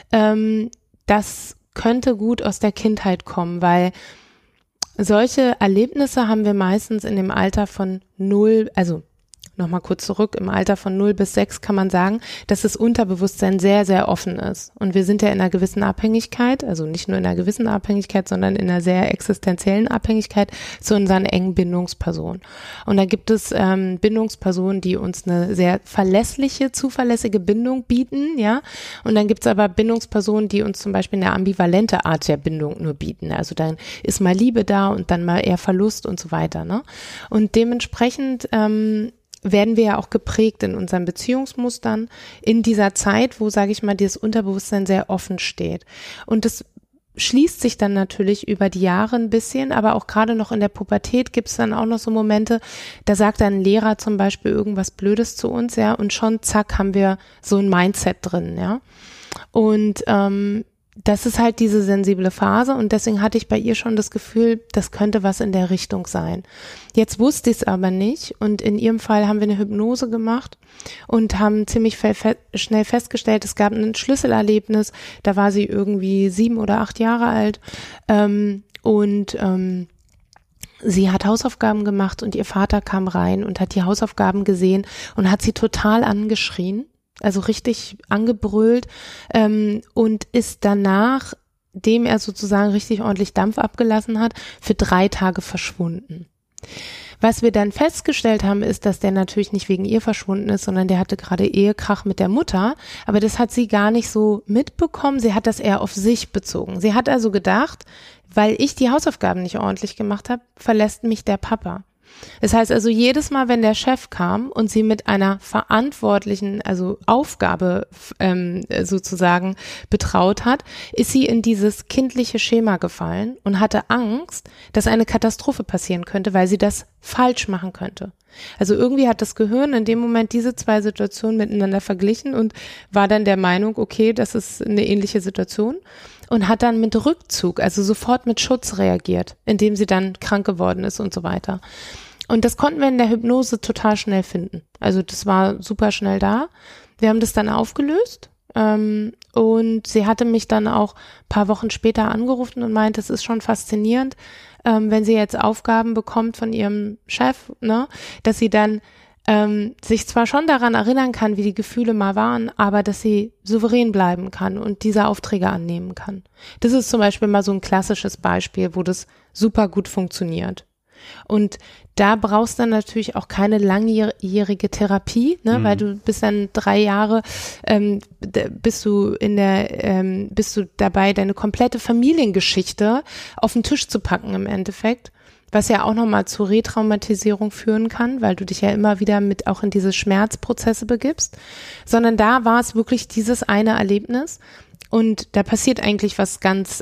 das könnte gut aus der Kindheit kommen, weil solche Erlebnisse haben wir meistens in dem Alter von 0, also nochmal kurz zurück, im Alter von 0 bis 6 kann man sagen, dass das Unterbewusstsein sehr, sehr offen ist. Und wir sind ja in einer gewissen Abhängigkeit, also nicht nur in einer gewissen Abhängigkeit, sondern in einer sehr existenziellen Abhängigkeit zu unseren engen Bindungspersonen. Und da gibt es Bindungspersonen, die uns eine sehr verlässliche, zuverlässige Bindung bieten, ja. Und dann gibt es aber Bindungspersonen, die uns zum Beispiel eine ambivalente Art der Bindung nur bieten. Also dann ist mal Liebe da und dann mal eher Verlust und so weiter, ne? Und dementsprechend werden wir ja auch geprägt in unseren Beziehungsmustern in dieser Zeit, wo, sage ich mal, dieses Unterbewusstsein sehr offen steht. Und das schließt sich dann natürlich über die Jahre ein bisschen, aber auch gerade noch in der Pubertät gibt es dann auch noch so Momente, da sagt dann ein Lehrer zum Beispiel irgendwas Blödes zu uns, ja, und schon zack haben wir so ein Mindset drin, ja. Und das ist halt diese sensible Phase und deswegen hatte ich bei ihr schon das Gefühl, das könnte was in der Richtung sein. Jetzt wusste ich es aber nicht und in ihrem Fall haben wir eine Hypnose gemacht und haben ziemlich schnell festgestellt, es gab ein Schlüsselerlebnis, da war sie irgendwie 7 oder 8 Jahre alt und sie hat Hausaufgaben gemacht und ihr Vater kam rein und hat die Hausaufgaben gesehen und hat sie total angeschrien. Also richtig angebrüllt und ist danach, dem er sozusagen richtig ordentlich Dampf abgelassen hat, für 3 Tage verschwunden. Was wir dann festgestellt haben, ist, dass der natürlich nicht wegen ihr verschwunden ist, sondern der hatte gerade Ehekrach mit der Mutter, aber das hat sie gar nicht so mitbekommen, sie hat das eher auf sich bezogen. Sie hat also gedacht, weil ich die Hausaufgaben nicht ordentlich gemacht habe, verlässt mich der Papa. Das heißt also, jedes Mal, wenn der Chef kam und sie mit einer verantwortlichen, also Aufgabe sozusagen betraut hat, ist sie in dieses kindliche Schema gefallen und hatte Angst, dass eine Katastrophe passieren könnte, weil sie das falsch machen könnte. Also irgendwie hat das Gehirn in dem Moment diese zwei Situationen miteinander verglichen und war dann der Meinung, okay, das ist eine ähnliche Situation und hat dann mit Rückzug, also sofort mit Schutz reagiert, indem sie dann krank geworden ist und so weiter. Und das konnten wir in der Hypnose total schnell finden. Also das war super schnell da. Wir haben das dann aufgelöst. Und sie hatte mich dann auch ein paar Wochen später angerufen und meinte, es ist schon faszinierend, wenn sie jetzt Aufgaben bekommt von ihrem Chef, ne, dass sie dann sich zwar schon daran erinnern kann, wie die Gefühle mal waren, aber dass sie souverän bleiben kann und diese Aufträge annehmen kann. Das ist zum Beispiel mal so ein klassisches Beispiel, wo das super gut funktioniert. Und da brauchst du dann natürlich auch keine langjährige Therapie, ne, weil du bist dann 3 Jahre, bist du dabei, deine komplette Familiengeschichte auf den Tisch zu packen im Endeffekt, was ja auch nochmal zu Retraumatisierung führen kann, weil du dich ja immer wieder mit auch in diese Schmerzprozesse begibst, sondern da war es wirklich dieses eine Erlebnis und da passiert eigentlich was ganz,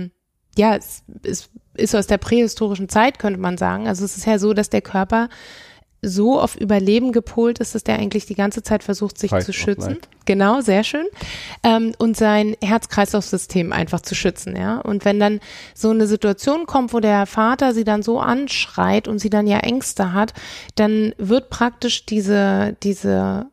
es ist aus der prähistorischen Zeit, könnte man sagen. Also es ist ja so, dass der Körper so auf Überleben gepolt ist, dass der eigentlich die ganze Zeit versucht, sich zu schützen. Genau, sehr schön. Und sein Herz-Kreislauf-System einfach zu schützen, ja. Und wenn dann so eine Situation kommt, wo der Vater sie dann so anschreit und sie dann ja Ängste hat, dann wird praktisch dieses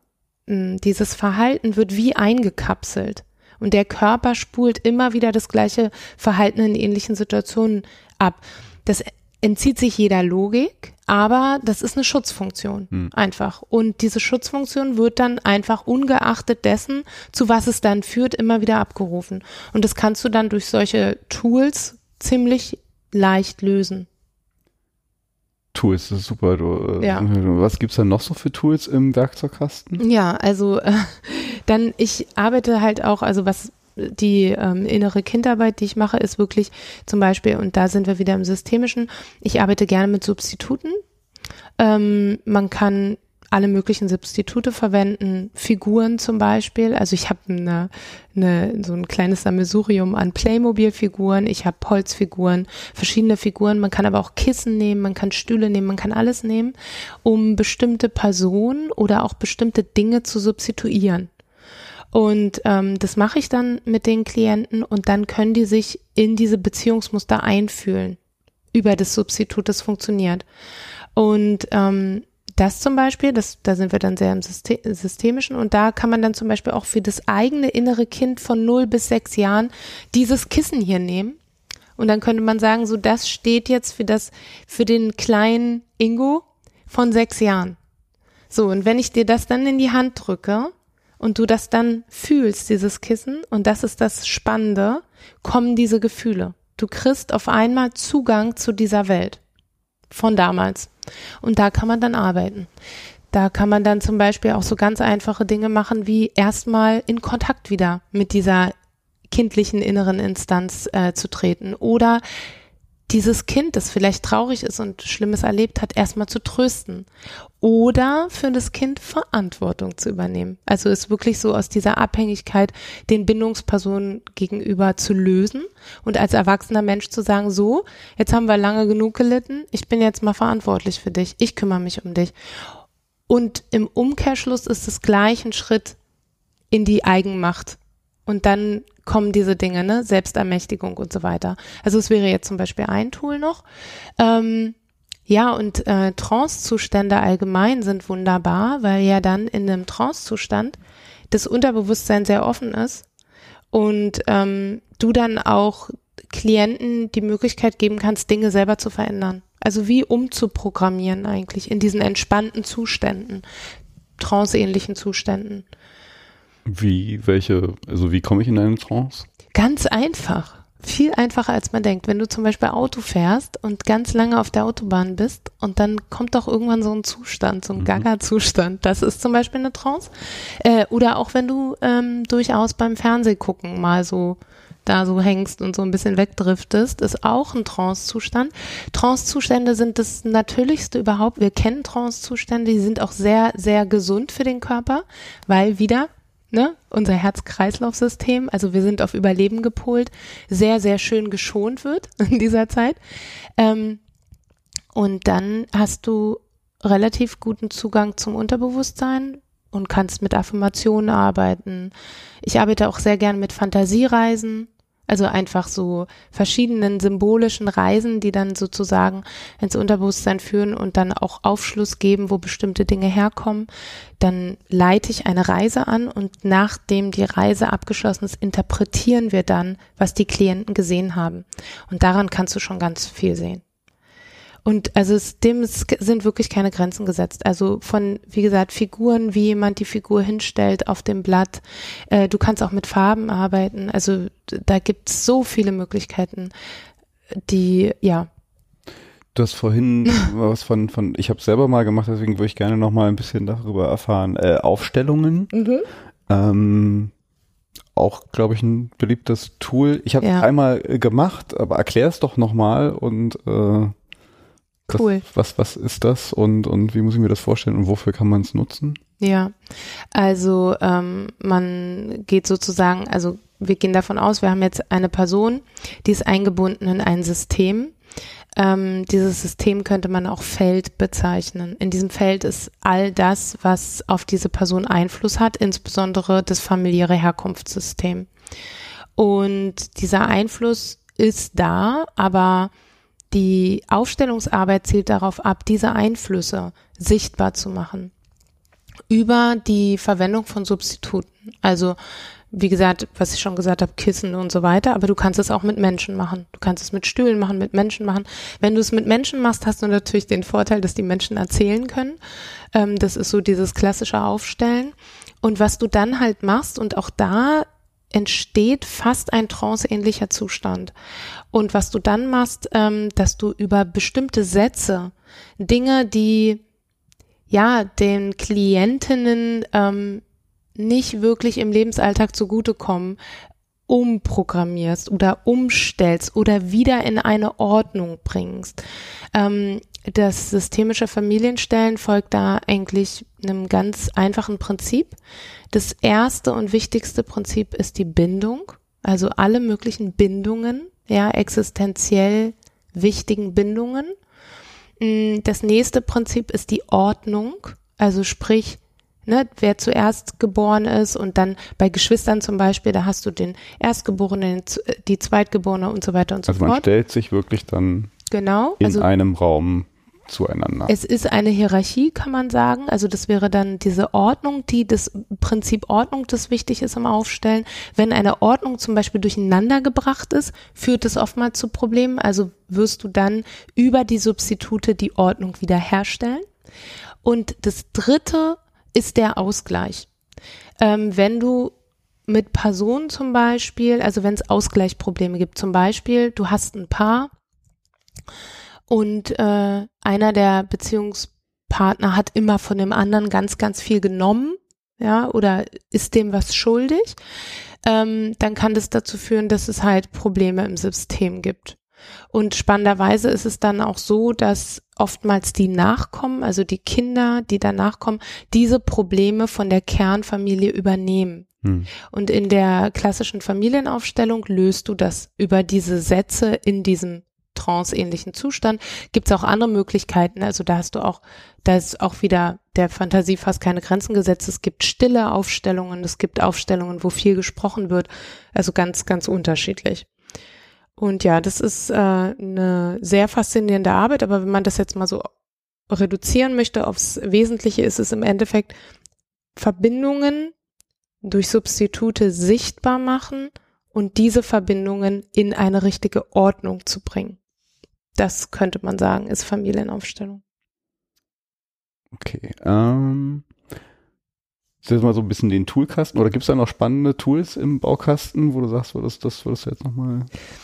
Verhalten wird wie eingekapselt. Und der Körper spult immer wieder das gleiche Verhalten in ähnlichen Situationen ab. Das entzieht sich jeder Logik, aber das ist eine Schutzfunktion einfach. Und diese Schutzfunktion wird dann einfach ungeachtet dessen, zu was es dann führt, immer wieder abgerufen. Und das kannst du dann durch solche Tools ziemlich leicht lösen. Tools, das ist super. Was gibt's da noch so für Tools im Werkzeugkasten? Ja, also ich arbeite halt auch, also was die innere Kindarbeit, die ich mache, ist wirklich zum Beispiel, und da sind wir wieder im Systemischen, ich arbeite gerne mit Substituten. Man kann alle möglichen Substitute verwenden, Figuren zum Beispiel. Also ich habe so ein kleines Sammelsurium an Playmobil-Figuren, ich habe Holzfiguren, verschiedene Figuren. Man kann aber auch Kissen nehmen, man kann Stühle nehmen, man kann alles nehmen, um bestimmte Personen oder auch bestimmte Dinge zu substituieren. Und das mache ich dann mit den Klienten und dann können die sich in diese Beziehungsmuster einfühlen über das Substitut, das funktioniert. Und das zum Beispiel, da sind wir dann sehr im Systemischen und da kann man dann zum Beispiel auch für das eigene innere Kind von 0 bis 6 Jahren dieses Kissen hier nehmen und dann könnte man sagen, so das steht jetzt für den kleinen Ingo von 6 Jahren. So, und wenn ich dir das dann in die Hand drücke und du das dann fühlst, dieses Kissen, und das ist das Spannende, kommen diese Gefühle. Du kriegst auf einmal Zugang zu dieser Welt von damals. Und da kann man dann arbeiten. Da kann man dann zum Beispiel auch so ganz einfache Dinge machen, wie erstmal in Kontakt wieder mit dieser kindlichen inneren Instanz zu treten oder dieses Kind, das vielleicht traurig ist und Schlimmes erlebt hat, erstmal zu trösten oder für das Kind Verantwortung zu übernehmen. Also es wirklich so aus dieser Abhängigkeit den Bindungspersonen gegenüber zu lösen und als erwachsener Mensch zu sagen, so, jetzt haben wir lange genug gelitten, ich bin jetzt mal verantwortlich für dich, ich kümmere mich um dich. Und im Umkehrschluss ist es gleich ein Schritt in die Eigenmacht. Und dann kommen diese Dinge, ne, Selbstermächtigung und so weiter. Also es wäre jetzt zum Beispiel ein Tool noch. Trance-Zustände allgemein sind wunderbar, weil ja dann in einem Trance-Zustand das Unterbewusstsein sehr offen ist und du dann auch Klienten die Möglichkeit geben kannst, Dinge selber zu verändern. Also wie umzuprogrammieren eigentlich in diesen entspannten Zuständen, tranceähnlichen Zuständen. Wie komme ich in eine Trance? Ganz einfach. Viel einfacher, als man denkt. Wenn du zum Beispiel Auto fährst und ganz lange auf der Autobahn bist und dann kommt doch irgendwann so ein Zustand, so ein Gaga-Zustand. Das ist zum Beispiel eine Trance. Oder auch wenn du durchaus beim Fernsehgucken mal so da so hängst und so ein bisschen wegdriftest, ist auch ein Trance-Zustand. Trance-Zustände sind das Natürlichste überhaupt. Wir kennen Trance-Zustände, die sind auch sehr, sehr gesund für den Körper, weil wieder unser Herz-Kreislauf-System, also wir sind auf Überleben gepolt, sehr, sehr schön geschont wird in dieser Zeit. Und dann hast du relativ guten Zugang zum Unterbewusstsein und kannst mit Affirmationen arbeiten. Ich arbeite auch sehr gern mit Fantasiereisen, also einfach so verschiedenen symbolischen Reisen, die dann sozusagen ins Unterbewusstsein führen und dann auch Aufschluss geben, wo bestimmte Dinge herkommen. Dann leite ich eine Reise an und nachdem die Reise abgeschlossen ist, interpretieren wir dann, was die Klienten gesehen haben. Und daran kannst du schon ganz viel sehen. Und also dem sind wirklich keine Grenzen gesetzt. Also von, wie gesagt, Figuren, wie jemand die Figur hinstellt auf dem Blatt. Du kannst auch mit Farben arbeiten. Also da gibt es so viele Möglichkeiten, die, ja. Du hast vorhin was von ich habe es selber mal gemacht, deswegen würde ich gerne noch mal ein bisschen darüber erfahren. Aufstellungen. Auch, glaube ich, ein beliebtes Tool. Ich habe es einmal gemacht, aber erklär es doch noch mal und cool. Was ist das und wie muss ich mir das vorstellen und wofür kann man es nutzen? Ja, also man geht sozusagen, also wir gehen davon aus, wir haben jetzt eine Person, die ist eingebunden in ein System. Dieses System könnte man auch Feld bezeichnen. In diesem Feld ist all das, was auf diese Person Einfluss hat, insbesondere das familiäre Herkunftssystem. Und dieser Einfluss ist da, aber die Aufstellungsarbeit zielt darauf ab, diese Einflüsse sichtbar zu machen über die Verwendung von Substituten. Also wie gesagt, was ich schon gesagt habe, Kissen und so weiter, aber du kannst es auch mit Menschen machen. Du kannst es mit Stühlen machen, mit Menschen machen. Wenn du es mit Menschen machst, hast du natürlich den Vorteil, dass die Menschen erzählen können. Das ist so dieses klassische Aufstellen. Und was du dann halt machst, und auch da entsteht fast ein tranceähnlicher Zustand. Und was du dann machst, dass du über bestimmte Sätze, Dinge, die ja den Klientinnen nicht wirklich im Lebensalltag zugutekommen, umprogrammierst oder umstellst oder wieder in eine Ordnung bringst. Das systemische Familienstellen folgt da eigentlich einem ganz einfachen Prinzip. Das erste und wichtigste Prinzip ist die Bindung, also alle möglichen Bindungen, ja, existenziell wichtigen Bindungen. Das nächste Prinzip ist die Ordnung, also sprich, wer zuerst geboren ist und dann bei Geschwistern zum Beispiel, da hast du den Erstgeborenen, die Zweitgeborene und so weiter und so fort. Also man stellt sich wirklich dann in einem Raum zueinander. Es ist eine Hierarchie, kann man sagen. Also das wäre dann diese Ordnung, das Prinzip Ordnung, das wichtig ist im Aufstellen. Wenn eine Ordnung zum Beispiel durcheinander gebracht ist, führt es oftmals zu Problemen. Also wirst du dann über die Substitute die Ordnung wiederherstellen. Und das dritte ist der Ausgleich. Wenn du mit Personen zum Beispiel, also wenn es Ausgleichsprobleme gibt, zum Beispiel, du hast ein Paar und einer der Beziehungspartner hat immer von dem anderen ganz, ganz viel genommen, ja, oder ist dem was schuldig, dann kann das dazu führen, dass es halt Probleme im System gibt. Und spannenderweise ist es dann auch so, dass oftmals die Nachkommen, also die Kinder, die danach kommen, diese Probleme von der Kernfamilie übernehmen. Und in der klassischen Familienaufstellung löst du das über diese Sätze in diesem tranceähnlichen Zustand. Gibt es auch andere Möglichkeiten, also da ist auch wieder der Fantasie fast keine Grenzen gesetzt. Es gibt stille Aufstellungen, es gibt Aufstellungen, wo viel gesprochen wird, also ganz, ganz unterschiedlich. Und ja, das ist eine sehr faszinierende Arbeit, aber wenn man das jetzt mal so reduzieren möchte aufs Wesentliche, ist es im Endeffekt Verbindungen durch Substitute sichtbar machen und diese Verbindungen in eine richtige Ordnung zu bringen. Das könnte man sagen, ist Familienaufstellung. Okay. Ist das mal so ein bisschen den Toolkasten oder gibt es da noch spannende Tools im Baukasten, wo du sagst, das würdest du jetzt nochmal...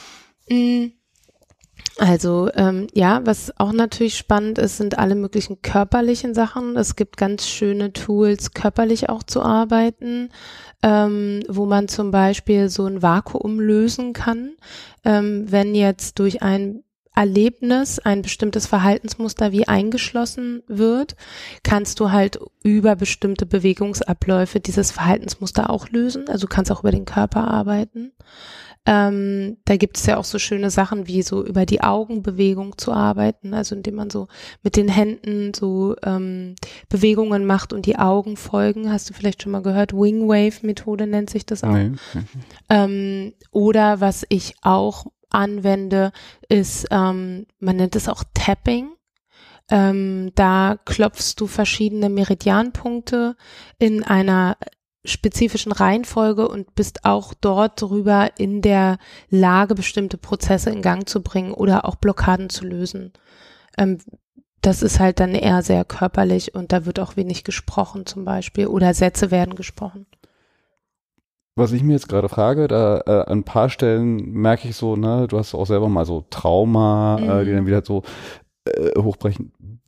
Also was auch natürlich spannend ist, sind alle möglichen körperlichen Sachen. Es gibt ganz schöne Tools, körperlich auch zu arbeiten, wo man zum Beispiel so ein Vakuum lösen kann. Wenn jetzt durch ein Erlebnis ein bestimmtes Verhaltensmuster wie eingeschlossen wird, kannst du halt über bestimmte Bewegungsabläufe dieses Verhaltensmuster auch lösen. Also du kannst auch über den Körper arbeiten. Da gibt es ja auch so schöne Sachen wie so über die Augenbewegung zu arbeiten, also indem man so mit den Händen so Bewegungen macht und die Augen folgen. Hast du vielleicht schon mal gehört? Wing-Wave-Methode nennt sich das auch. Nee. Oder was ich auch anwende, ist, man nennt es auch Tapping. Da klopfst du verschiedene Meridianpunkte in einer spezifischen Reihenfolge und bist auch dort drüber in der Lage, bestimmte Prozesse in Gang zu bringen oder auch Blockaden zu lösen. Das ist halt dann eher sehr körperlich und da wird auch wenig gesprochen zum Beispiel oder Sätze werden gesprochen. Was ich mir jetzt gerade frage, da an ein paar Stellen merke ich so, ne, du hast auch selber mal so Trauma, die dann wieder so hochbrechen.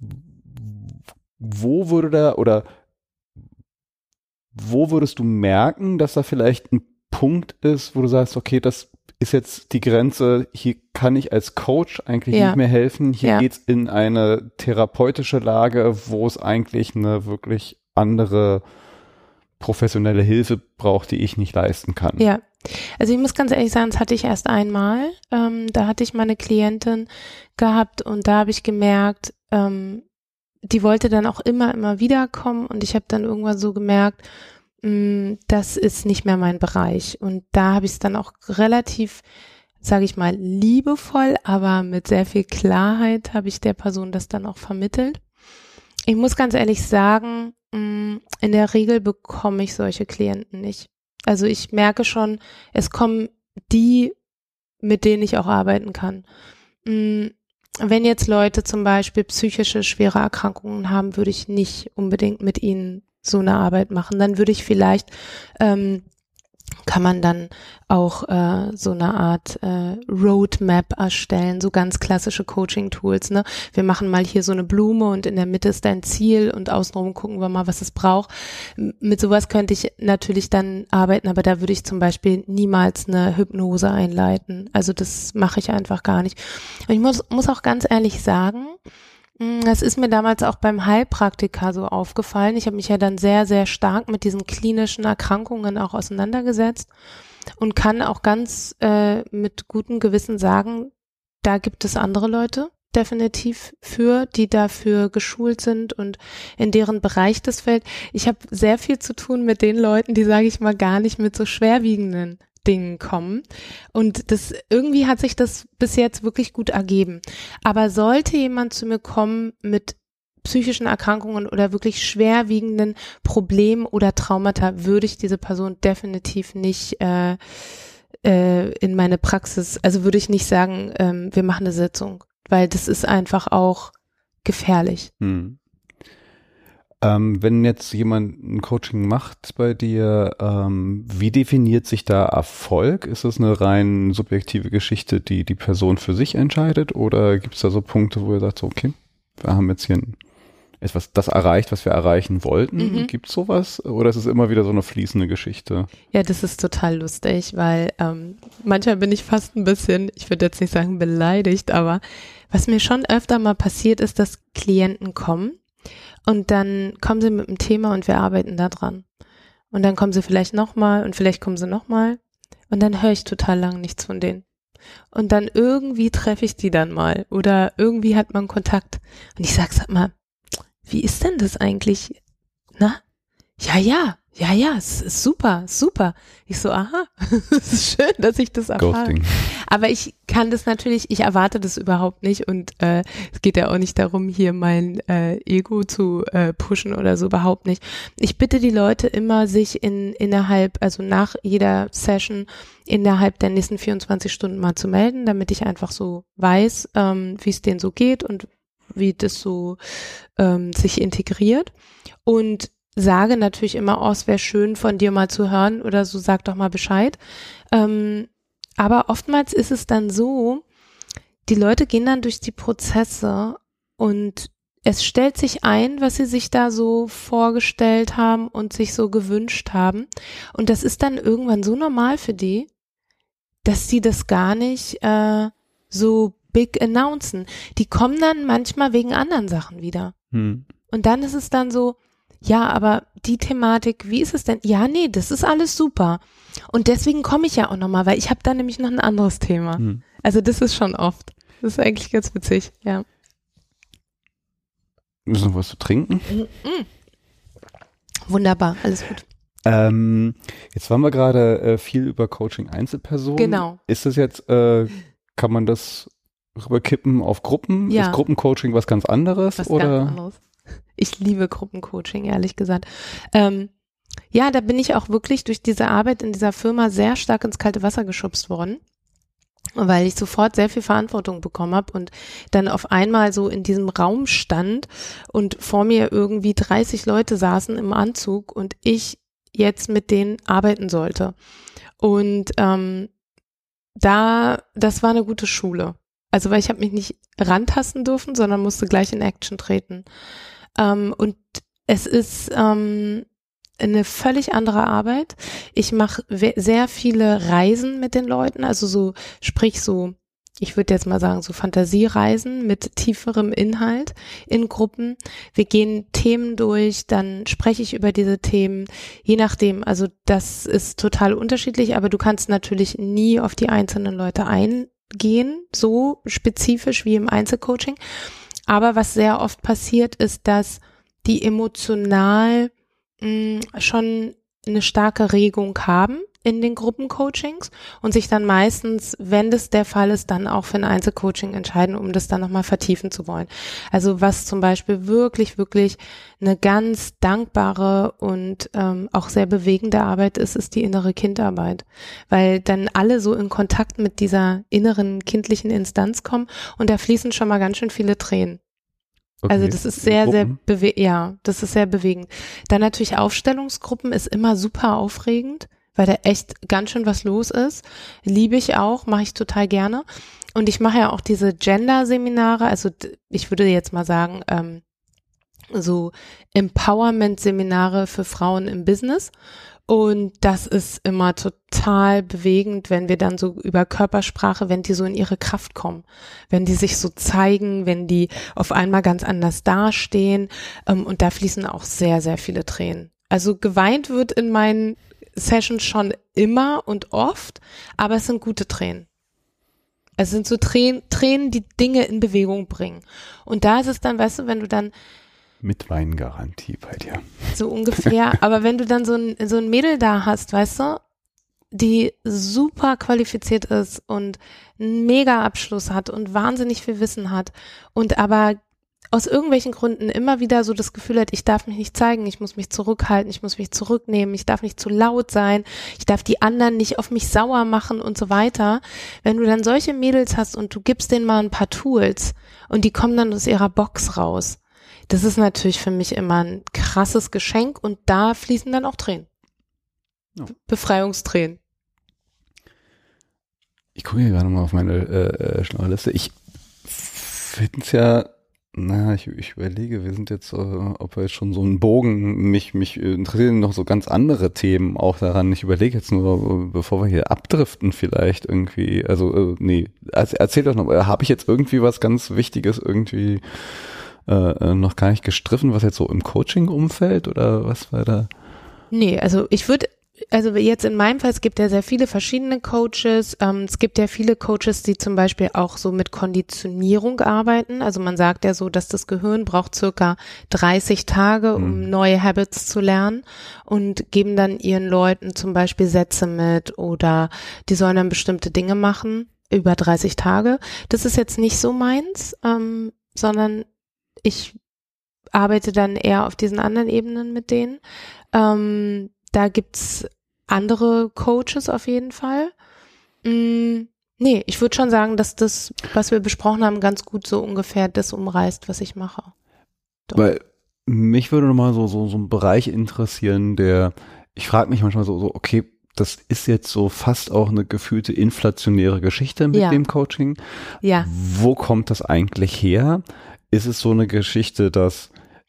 Wo würdest du merken, dass da vielleicht ein Punkt ist, wo du sagst, okay, das ist jetzt die Grenze, hier kann ich als Coach eigentlich nicht mehr helfen, hier geht's in eine therapeutische Lage, wo es eigentlich eine wirklich andere professionelle Hilfe braucht, die ich nicht leisten kann. Ja, also ich muss ganz ehrlich sagen, das hatte ich erst einmal, da hatte ich meine Klientin gehabt und da habe ich gemerkt, die wollte dann auch immer wieder kommen und ich habe dann irgendwann so gemerkt, das ist nicht mehr mein Bereich. Und da habe ich es dann auch relativ, sage ich mal, liebevoll, aber mit sehr viel Klarheit habe ich der Person das dann auch vermittelt. Ich muss ganz ehrlich sagen, in der Regel bekomme ich solche Klienten nicht. Also ich merke schon, es kommen die, mit denen ich auch arbeiten kann. Wenn jetzt Leute zum Beispiel psychische schwere Erkrankungen haben, würde ich nicht unbedingt mit ihnen so eine Arbeit machen. Dann würde ich vielleicht, kann man dann auch so eine Art Roadmap erstellen, so ganz klassische Coaching-Tools. Ne? Wir machen mal hier so eine Blume und in der Mitte ist dein Ziel und außenrum gucken wir mal, was es braucht. Mit sowas könnte ich natürlich dann arbeiten, aber da würde ich zum Beispiel niemals eine Hypnose einleiten. Also das mache ich einfach gar nicht. Und ich muss auch ganz ehrlich sagen, das ist mir damals auch beim Heilpraktiker so aufgefallen. Ich habe mich ja dann sehr, sehr stark mit diesen klinischen Erkrankungen auch auseinandergesetzt und kann auch ganz mit gutem Gewissen sagen, da gibt es andere Leute definitiv die dafür geschult sind und in deren Bereich das fällt. Ich habe sehr viel zu tun mit den Leuten, die, sage ich mal, gar nicht mit so schwerwiegenden Dingen kommen. Und das irgendwie hat sich das bis jetzt wirklich gut ergeben. Aber sollte jemand zu mir kommen mit psychischen Erkrankungen oder wirklich schwerwiegenden Problemen oder Traumata, würde ich diese Person definitiv nicht in meine Praxis, also würde ich nicht sagen, wir machen eine Sitzung, weil das ist einfach auch gefährlich. Wenn jetzt jemand ein Coaching macht bei dir, wie definiert sich da Erfolg? Ist das eine rein subjektive Geschichte, die die Person für sich entscheidet? Oder gibt es da so Punkte, wo ihr sagt, so, okay, wir haben jetzt hier etwas das erreicht, was wir erreichen wollten? Gibt es sowas? Oder ist es immer wieder so eine fließende Geschichte? Ja, das ist total lustig, weil manchmal bin ich fast ein bisschen, ich würde jetzt nicht sagen beleidigt, aber was mir schon öfter mal passiert ist, dass Klienten kommen und dann kommen sie mit einem Thema und wir arbeiten da dran. Und dann kommen sie vielleicht nochmal und vielleicht kommen sie nochmal und dann höre ich total lang nichts von denen. Und dann irgendwie treffe ich die dann mal oder irgendwie hat man Kontakt. Und ich sag mal, wie ist denn das eigentlich? Na? Ja, es ist super. Ich so, aha, es ist schön, dass ich das erfahre. Ghosting. Aber ich kann das natürlich, ich erwarte das überhaupt nicht und es geht ja auch nicht darum, hier mein Ego zu pushen oder so, überhaupt nicht. Ich bitte die Leute immer, sich also nach jeder Session innerhalb der nächsten 24 Stunden mal zu melden, damit ich einfach so weiß, wie es denen so geht und wie das so sich integriert. Und sage natürlich immer, oh, es wäre schön von dir mal zu hören oder so, sag doch mal Bescheid. Aber oftmals ist es dann so, die Leute gehen dann durch die Prozesse und es stellt sich ein, was sie sich da so vorgestellt haben und sich so gewünscht haben. Und das ist dann irgendwann so normal für die, dass sie das gar nicht so big announcen. Die kommen dann manchmal wegen anderen Sachen wieder. Und dann ist es dann so, ja, aber die Thematik, wie ist es denn? Ja, nee, das ist alles super. Und deswegen komme ich ja auch nochmal, weil ich habe da nämlich noch ein anderes Thema. Also das ist schon oft. Das ist eigentlich ganz witzig, ja. Müssen wir noch was zu trinken? Wunderbar, alles gut. Jetzt waren wir gerade viel über Coaching-Einzelpersonen. Genau. Ist das jetzt, kann man das rüberkippen auf Gruppen? Ja. Ist Gruppencoaching was ganz anderes? Was oder? ganz anderes. Ich liebe Gruppencoaching, ehrlich gesagt. Ja, da bin ich auch wirklich durch diese Arbeit in dieser Firma sehr stark ins kalte Wasser geschubst worden, weil ich sofort sehr viel Verantwortung bekommen habe und dann auf einmal so in diesem Raum stand und vor mir irgendwie 30 Leute saßen im Anzug und ich jetzt mit denen arbeiten sollte. Und das war eine gute Schule. Also weil ich habe mich nicht rantasten dürfen, sondern musste gleich in Action treten. Und es ist eine völlig andere Arbeit. Ich mache sehr viele Reisen mit den Leuten, also so, sprich so, ich würde jetzt mal sagen, so Fantasiereisen mit tieferem Inhalt in Gruppen. Wir gehen Themen durch, dann spreche ich über diese Themen, je nachdem. Also das ist total unterschiedlich, aber du kannst natürlich nie auf die einzelnen Leute eingehen, so spezifisch wie im Einzelcoaching. Aber was sehr oft passiert, ist, dass die emotional schon eine starke Regung haben in den Gruppencoachings und sich dann meistens, wenn das der Fall ist, dann auch für ein Einzelcoaching entscheiden, um das dann nochmal vertiefen zu wollen. Also was zum Beispiel wirklich, wirklich eine ganz dankbare und auch sehr bewegende Arbeit ist, ist die innere Kindarbeit, weil dann alle so in Kontakt mit dieser inneren kindlichen Instanz kommen und da fließen schon mal ganz schön viele Tränen. Okay. Also das ist sehr, sehr das ist sehr bewegend. Dann natürlich Aufstellungsgruppen ist immer super aufregend, weil da echt ganz schön was los ist. Liebe ich auch, mache ich total gerne. Und ich mache ja auch diese Gender-Seminare, also ich würde jetzt mal sagen, so Empowerment-Seminare für Frauen im Business. Und das ist immer total bewegend, wenn wir dann so über Körpersprache, wenn die so in ihre Kraft kommen, wenn die sich so zeigen, wenn die auf einmal ganz anders dastehen. Und da fließen auch sehr, sehr viele Tränen. Also geweint wird in meinen Sessions schon immer und oft, aber es sind gute Tränen. Es sind so Tränen, die Dinge in Bewegung bringen. Und da ist es dann, weißt du, wenn du dann mit Weingarantie bei dir. So ungefähr. Aber wenn du dann so ein Mädel da hast, weißt du, die super qualifiziert ist und einen Mega-Abschluss hat und wahnsinnig viel Wissen hat und aber aus irgendwelchen Gründen immer wieder so das Gefühl hat, ich darf mich nicht zeigen, ich muss mich zurückhalten, ich muss mich zurücknehmen, ich darf nicht zu laut sein, ich darf die anderen nicht auf mich sauer machen und so weiter. Wenn du dann solche Mädels hast und du gibst denen mal ein paar Tools und die kommen dann aus ihrer Box raus, das ist natürlich für mich immer ein krasses Geschenk und da fließen dann auch Tränen. Ja. Befreiungstränen. Ich gucke hier gerade mal auf meine schlaue Liste. Ich finde es ja, ich überlege, wir sind jetzt, ob wir jetzt schon so einen Bogen, mich interessieren noch so ganz andere Themen auch daran. Ich überlege jetzt nur, bevor wir hier abdriften vielleicht irgendwie, also erzähl doch noch, habe ich jetzt irgendwie was ganz Wichtiges irgendwie noch gar nicht gestriffen, was jetzt so im Coaching-Umfeld oder was war da? Nee, also jetzt in meinem Fall, es gibt ja sehr viele verschiedene Coaches. Es gibt ja viele Coaches, die zum Beispiel auch so mit Konditionierung arbeiten. Also man sagt ja so, dass das Gehirn braucht circa 30 Tage, um neue Habits zu lernen und geben dann ihren Leuten zum Beispiel Sätze mit oder die sollen dann bestimmte Dinge machen über 30 Tage. Das ist jetzt nicht so meins, sondern ich arbeite dann eher auf diesen anderen Ebenen mit denen. Da gibt's andere Coaches auf jeden Fall. Nee, ich würde schon sagen, dass das, was wir besprochen haben, ganz gut so ungefähr das umreißt, was ich mache. Doch. Weil mich würde nochmal so ein Bereich interessieren, ich frage mich manchmal so, okay, das ist jetzt so fast auch eine gefühlte inflationäre Geschichte mit dem Coaching. Ja. Wo kommt das eigentlich her? Ist es so eine Geschichte, dass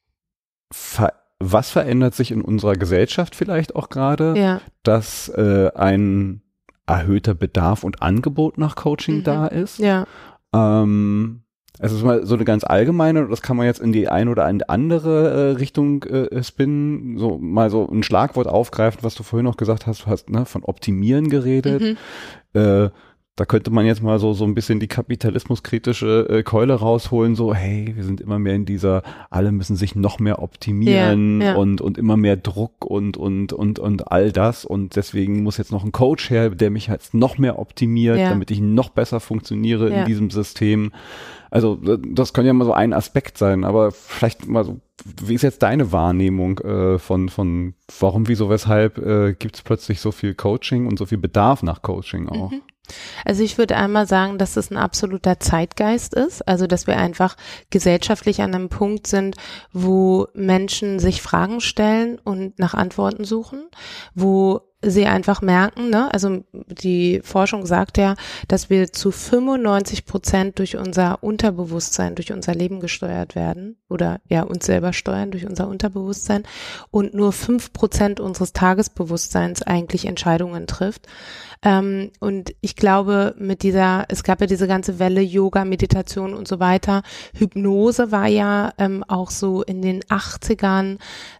was verändert sich in unserer Gesellschaft vielleicht auch gerade, dass ein erhöhter Bedarf und Angebot nach Coaching da ist? Ja. Es ist mal so eine ganz allgemeine, das kann man jetzt in die eine oder andere Richtung spinnen, so mal so ein Schlagwort aufgreifen, was du vorhin noch gesagt hast, du hast von Optimieren geredet. Da könnte man jetzt mal so ein bisschen die kapitalismuskritische Keule rausholen, so hey, wir sind immer mehr in dieser, alle müssen sich noch mehr optimieren und immer mehr Druck und all das und deswegen muss jetzt noch ein Coach her, der mich jetzt noch mehr optimiert, damit ich noch besser funktioniere in diesem System. Also das kann ja mal so ein Aspekt sein, aber vielleicht mal so, wie ist jetzt deine Wahrnehmung von warum, wieso, weshalb gibt es plötzlich so viel Coaching und so viel Bedarf nach Coaching auch? Also ich würde einmal sagen, dass es ein absoluter Zeitgeist ist, also dass wir einfach gesellschaftlich an einem Punkt sind, wo Menschen sich Fragen stellen und nach Antworten suchen, wo sie einfach merken, also die Forschung sagt ja, dass wir zu 95% durch unser Unterbewusstsein, durch unser Leben gesteuert werden oder uns selber steuern durch unser Unterbewusstsein und nur 5% unseres Tagesbewusstseins eigentlich Entscheidungen trifft. Und ich glaube, es gab ja diese ganze Welle Yoga, Meditation und so weiter. Hypnose war ja auch so in den 80ern,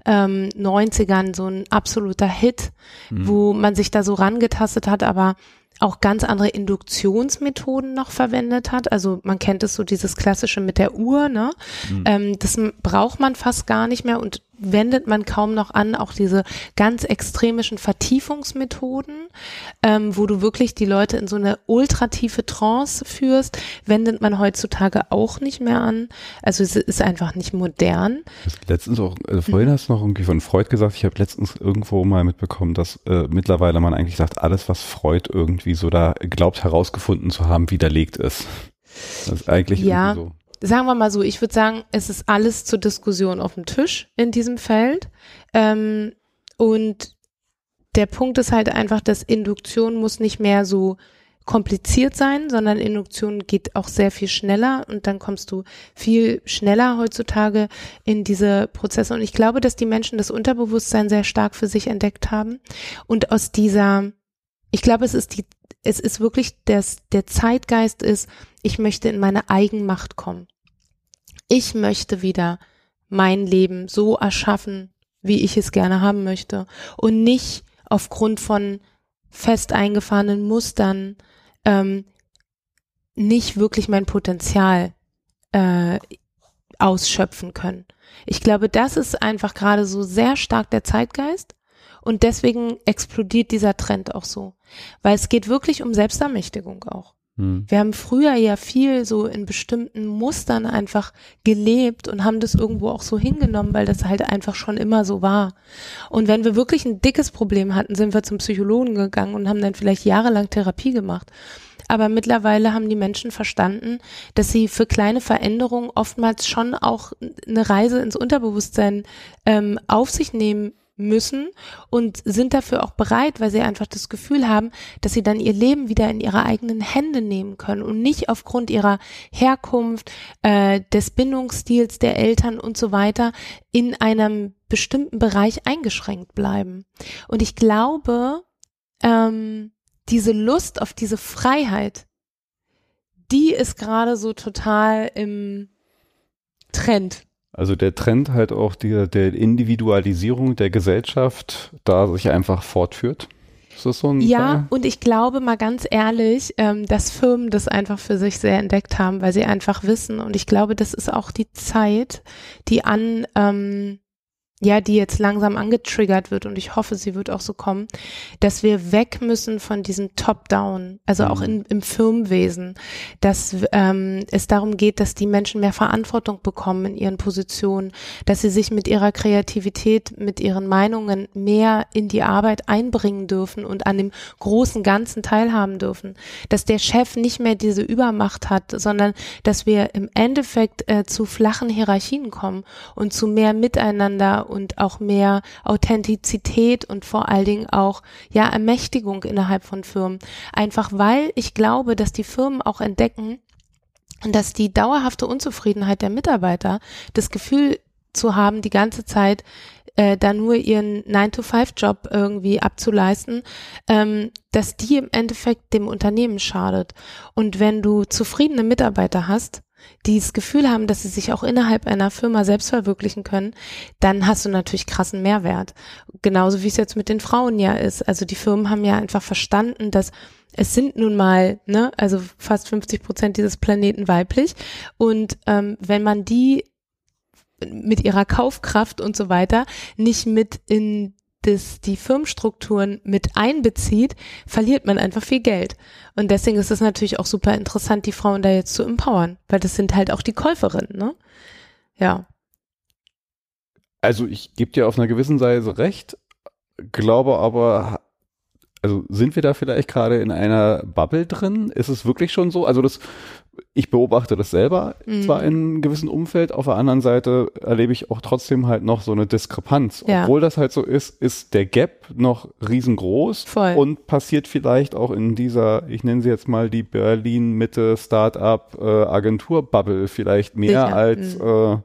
90ern so ein absoluter Hit, wo man sich da so rangetastet hat, aber auch ganz andere Induktionsmethoden noch verwendet hat. Also man kennt es so, dieses Klassische mit der Uhr, das braucht man fast gar nicht mehr und wendet man kaum noch an, auch diese ganz extremischen Vertiefungsmethoden, wo du wirklich die Leute in so eine ultratiefe Trance führst, wendet man heutzutage auch nicht mehr an. Also es ist einfach nicht modern. Letztens auch, vorhin hast du noch irgendwie von Freud gesagt, ich habe letztens irgendwo mal mitbekommen, dass mittlerweile man eigentlich sagt, alles, was Freud irgendwie so da glaubt herausgefunden zu haben, widerlegt ist. Das ist eigentlich irgendwie so. Sagen wir mal so, ich würde sagen, es ist alles zur Diskussion auf dem Tisch in diesem Feld. Und der Punkt ist halt einfach, dass Induktion muss nicht mehr so kompliziert sein, sondern Induktion geht auch sehr viel schneller und dann kommst du viel schneller heutzutage in diese Prozesse. Und ich glaube, dass die Menschen das Unterbewusstsein sehr stark für sich entdeckt haben. Und ich glaube, es ist wirklich, der Zeitgeist ist, ich möchte in meine Eigenmacht kommen. Ich möchte wieder mein Leben so erschaffen, wie ich es gerne haben möchte und nicht aufgrund von fest eingefahrenen Mustern nicht wirklich mein Potenzial ausschöpfen können. Ich glaube, das ist einfach gerade so sehr stark der Zeitgeist. Und deswegen explodiert dieser Trend auch so. Weil es geht wirklich um Selbstermächtigung auch. Wir haben früher ja viel so in bestimmten Mustern einfach gelebt und haben das irgendwo auch so hingenommen, weil das halt einfach schon immer so war. Und wenn wir wirklich ein dickes Problem hatten, sind wir zum Psychologen gegangen und haben dann vielleicht jahrelang Therapie gemacht. Aber mittlerweile haben die Menschen verstanden, dass sie für kleine Veränderungen oftmals schon auch eine Reise ins Unterbewusstsein auf sich nehmen müssen und sind dafür auch bereit, weil sie einfach das Gefühl haben, dass sie dann ihr Leben wieder in ihre eigenen Hände nehmen können und nicht aufgrund ihrer Herkunft, des Bindungsstils der Eltern und so weiter in einem bestimmten Bereich eingeschränkt bleiben. Und ich glaube, diese Lust auf diese Freiheit, die ist gerade so total im Trend. Also der Trend halt auch der Individualisierung der Gesellschaft da sich einfach fortführt. Ist das so ein Fall? Und ich glaube mal ganz ehrlich, dass Firmen das einfach für sich sehr entdeckt haben, weil sie einfach wissen und ich glaube, das ist auch die Zeit, die jetzt langsam angetriggert wird und ich hoffe, sie wird auch so kommen, dass wir weg müssen von diesem Top-Down, also auch im Firmenwesen, dass es darum geht, dass die Menschen mehr Verantwortung bekommen in ihren Positionen, dass sie sich mit ihrer Kreativität, mit ihren Meinungen mehr in die Arbeit einbringen dürfen und an dem großen Ganzen teilhaben dürfen, dass der Chef nicht mehr diese Übermacht hat, sondern dass wir im Endeffekt zu flachen Hierarchien kommen und zu mehr Miteinander und auch mehr Authentizität und vor allen Dingen auch Ermächtigung innerhalb von Firmen. Einfach weil ich glaube, dass die Firmen auch entdecken, dass die dauerhafte Unzufriedenheit der Mitarbeiter, das Gefühl zu haben, die ganze Zeit da nur ihren 9-to-5-Job irgendwie abzuleisten, dass die im Endeffekt dem Unternehmen schadet. Und wenn du zufriedene Mitarbeiter hast, die das Gefühl haben, dass sie sich auch innerhalb einer Firma selbst verwirklichen können, dann hast du natürlich krassen Mehrwert. Genauso wie es jetzt mit den Frauen ja ist. Also die Firmen haben ja einfach verstanden, dass es sind nun mal, ne, also fast 50% dieses Planeten weiblich. Und wenn man die mit ihrer Kaufkraft und so weiter nicht mit in die Firmenstrukturen mit einbezieht, verliert man einfach viel Geld. Und deswegen ist es natürlich auch super interessant, die Frauen da jetzt zu empowern, weil das sind halt auch die Käuferinnen, ne? Ja. Also ich gebe dir auf einer gewissen Weise recht, glaube aber, also sind wir da vielleicht gerade in einer Bubble drin? Ist es wirklich schon so? Also ich beobachte das selber zwar in einem gewissen Umfeld, auf der anderen Seite erlebe ich auch trotzdem halt noch so eine Diskrepanz. Ja. Obwohl das halt so ist der Gap noch riesengroß. Voll. Und passiert vielleicht auch in dieser, ich nenne sie jetzt mal die Berlin-Mitte Start-up Agentur-Bubble vielleicht mehr Sicher. als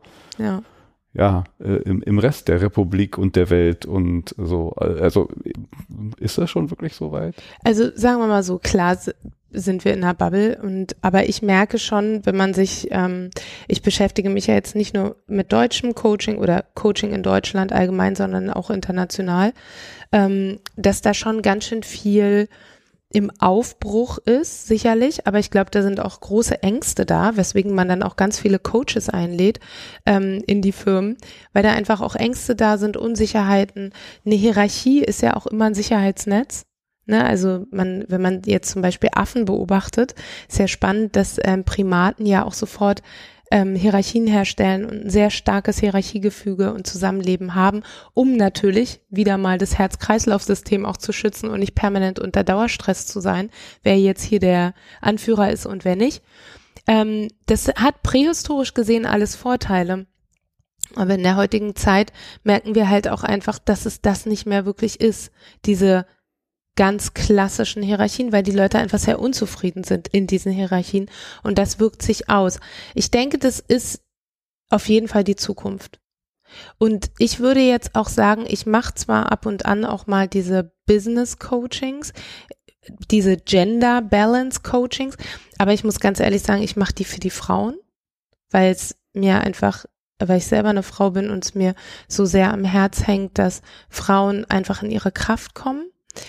im Rest der Republik und der Welt und so. Also ist das schon wirklich so weit? Also sagen wir mal so, klar sind wir in einer Bubble aber ich merke schon, wenn man sich, ich beschäftige mich ja jetzt nicht nur mit deutschem Coaching oder Coaching in Deutschland allgemein, sondern auch international, dass da schon ganz schön viel im Aufbruch ist, sicherlich, aber ich glaube, da sind auch große Ängste da, weswegen man dann auch ganz viele Coaches einlädt in die Firmen, weil da einfach auch Ängste da sind, Unsicherheiten. Eine Hierarchie ist ja auch immer ein Sicherheitsnetz. Ne, also wenn man jetzt zum Beispiel Affen beobachtet, ist ja spannend, dass Primaten ja auch sofort Hierarchien herstellen und ein sehr starkes Hierarchiegefüge und Zusammenleben haben, um natürlich wieder mal das Herz-Kreislauf-System auch zu schützen und nicht permanent unter Dauerstress zu sein, wer jetzt hier der Anführer ist und wer nicht. Das hat prähistorisch gesehen alles Vorteile. Aber in der heutigen Zeit merken wir halt auch einfach, dass es das nicht mehr wirklich ist, diese ganz klassischen Hierarchien, weil die Leute einfach sehr unzufrieden sind in diesen Hierarchien und das wirkt sich aus. Ich denke, das ist auf jeden Fall die Zukunft. Und ich würde jetzt auch sagen, ich mache zwar ab und an auch mal diese Business Coachings, diese Gender Balance Coachings, aber ich muss ganz ehrlich sagen, ich mache die für die Frauen, weil es mir einfach, weil ich selber eine Frau bin und es mir so sehr am Herz hängt, dass Frauen einfach in ihre Kraft kommen.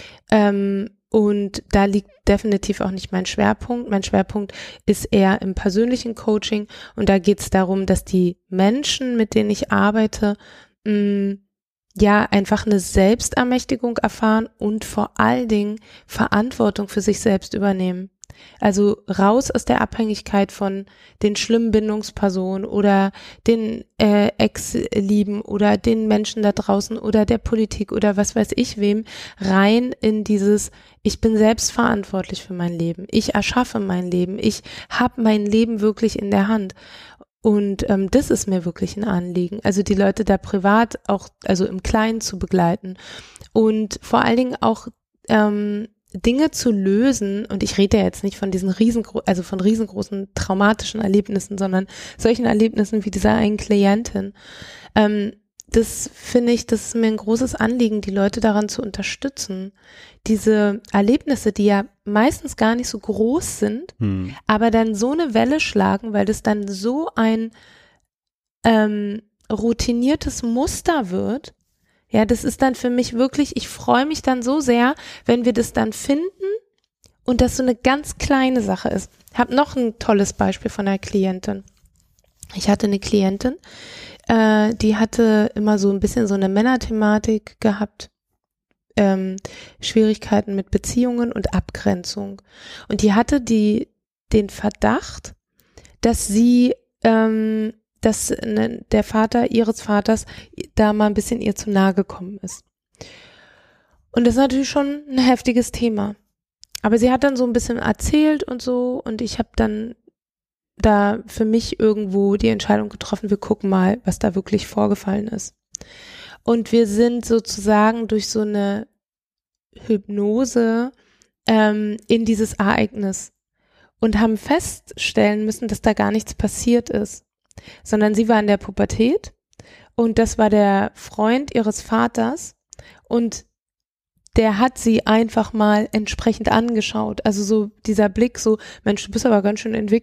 Und da liegt definitiv auch nicht mein Schwerpunkt. Mein Schwerpunkt ist eher im persönlichen Coaching und da geht es darum, dass die Menschen, mit denen ich arbeite, einfach eine Selbstermächtigung erfahren und vor allen Dingen Verantwortung für sich selbst übernehmen. Also raus aus der Abhängigkeit von den schlimmen Bindungspersonen oder den Ex-Lieben oder den Menschen da draußen oder der Politik oder was weiß ich wem, rein in dieses, ich bin selbst verantwortlich für mein Leben, ich erschaffe mein Leben, ich habe mein Leben wirklich in der Hand. Und das ist mir wirklich ein Anliegen, also die Leute da privat auch, also im Kleinen zu begleiten und vor allen Dingen auch Dinge zu lösen, und ich rede ja jetzt nicht von diesen riesengroßen traumatischen Erlebnissen, sondern solchen Erlebnissen wie dieser einen Klientin. Das finde ich, das ist mir ein großes Anliegen, die Leute daran zu unterstützen. Diese Erlebnisse, die ja meistens gar nicht so groß sind, aber dann so eine Welle schlagen, weil das dann so ein routiniertes Muster wird. Ja, das ist dann für mich wirklich, ich freue mich dann so sehr, wenn wir das dann finden und das so eine ganz kleine Sache ist. Ich habe noch ein tolles Beispiel von einer Klientin. Ich hatte eine Klientin, die hatte immer so ein bisschen so eine Männerthematik gehabt, Schwierigkeiten mit Beziehungen und Abgrenzung. Und die hatte den Verdacht, dass dass der Vater ihres Vaters da mal ein bisschen ihr zu nahe gekommen ist. Und das ist natürlich schon ein heftiges Thema. Aber sie hat dann so ein bisschen erzählt und so, und ich habe dann da für mich irgendwo die Entscheidung getroffen, wir gucken mal, was da wirklich vorgefallen ist. Und wir sind sozusagen durch so eine Hypnose in dieses Ereignis und haben feststellen müssen, dass da gar nichts passiert ist, sondern sie war in der Pubertät und das war der Freund ihres Vaters und der hat sie einfach mal entsprechend angeschaut. Also so dieser Blick so, Mensch, du bist aber ganz schön entwickelt.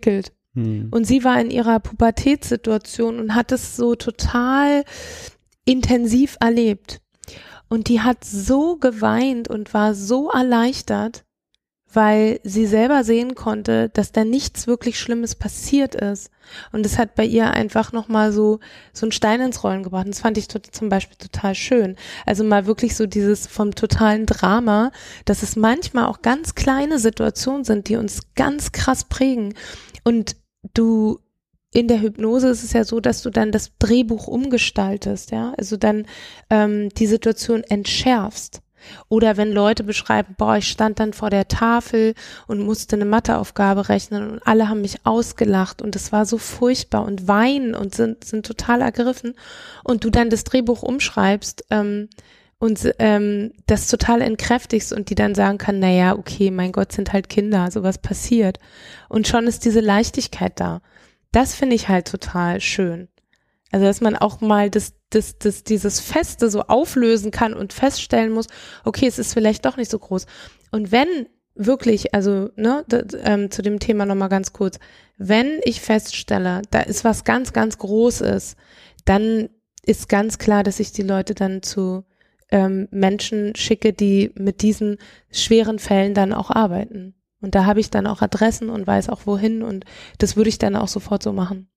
Und sie war in ihrer Pubertätssituation und hat es so total intensiv erlebt. Und die hat so geweint und war so erleichtert, weil sie selber sehen konnte, dass da nichts wirklich Schlimmes passiert ist. Und es hat bei ihr einfach nochmal so einen Stein ins Rollen gebracht. Und das fand ich zum Beispiel total schön. Also mal wirklich so dieses vom totalen Drama, dass es manchmal auch ganz kleine Situationen sind, die uns ganz krass prägen. Und in der Hypnose ist es ja so, dass du dann das Drehbuch umgestaltest, ja, also dann die Situation entschärfst. Oder wenn Leute beschreiben, boah, ich stand dann vor der Tafel und musste eine Matheaufgabe rechnen und alle haben mich ausgelacht und es war so furchtbar und weinen und sind total ergriffen und du dann das Drehbuch umschreibst und das total entkräftigst und die dann sagen kann, naja, okay, mein Gott, sind halt Kinder, sowas passiert. Und schon ist diese Leichtigkeit da. Das finde ich halt total schön. Also, dass man auch mal dieses Feste so auflösen kann und feststellen muss, okay, es ist vielleicht doch nicht so groß. Und wenn wirklich, also, zu dem Thema nochmal ganz kurz, wenn ich feststelle, da ist was ganz, ganz Großes, dann ist ganz klar, dass ich die Leute dann zu Menschen schicke, die mit diesen schweren Fällen dann auch arbeiten. Und da habe ich dann auch Adressen und weiß auch wohin und das würde ich dann auch sofort so machen.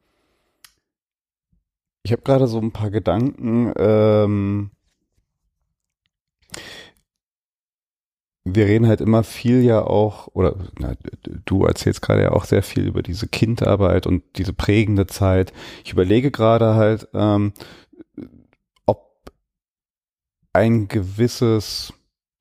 Ich habe gerade so ein paar Gedanken. Wir reden halt immer viel ja auch, oder du erzählst gerade ja auch sehr viel über diese Kindarbeit und diese prägende Zeit. Ich überlege gerade halt, ob ein gewisses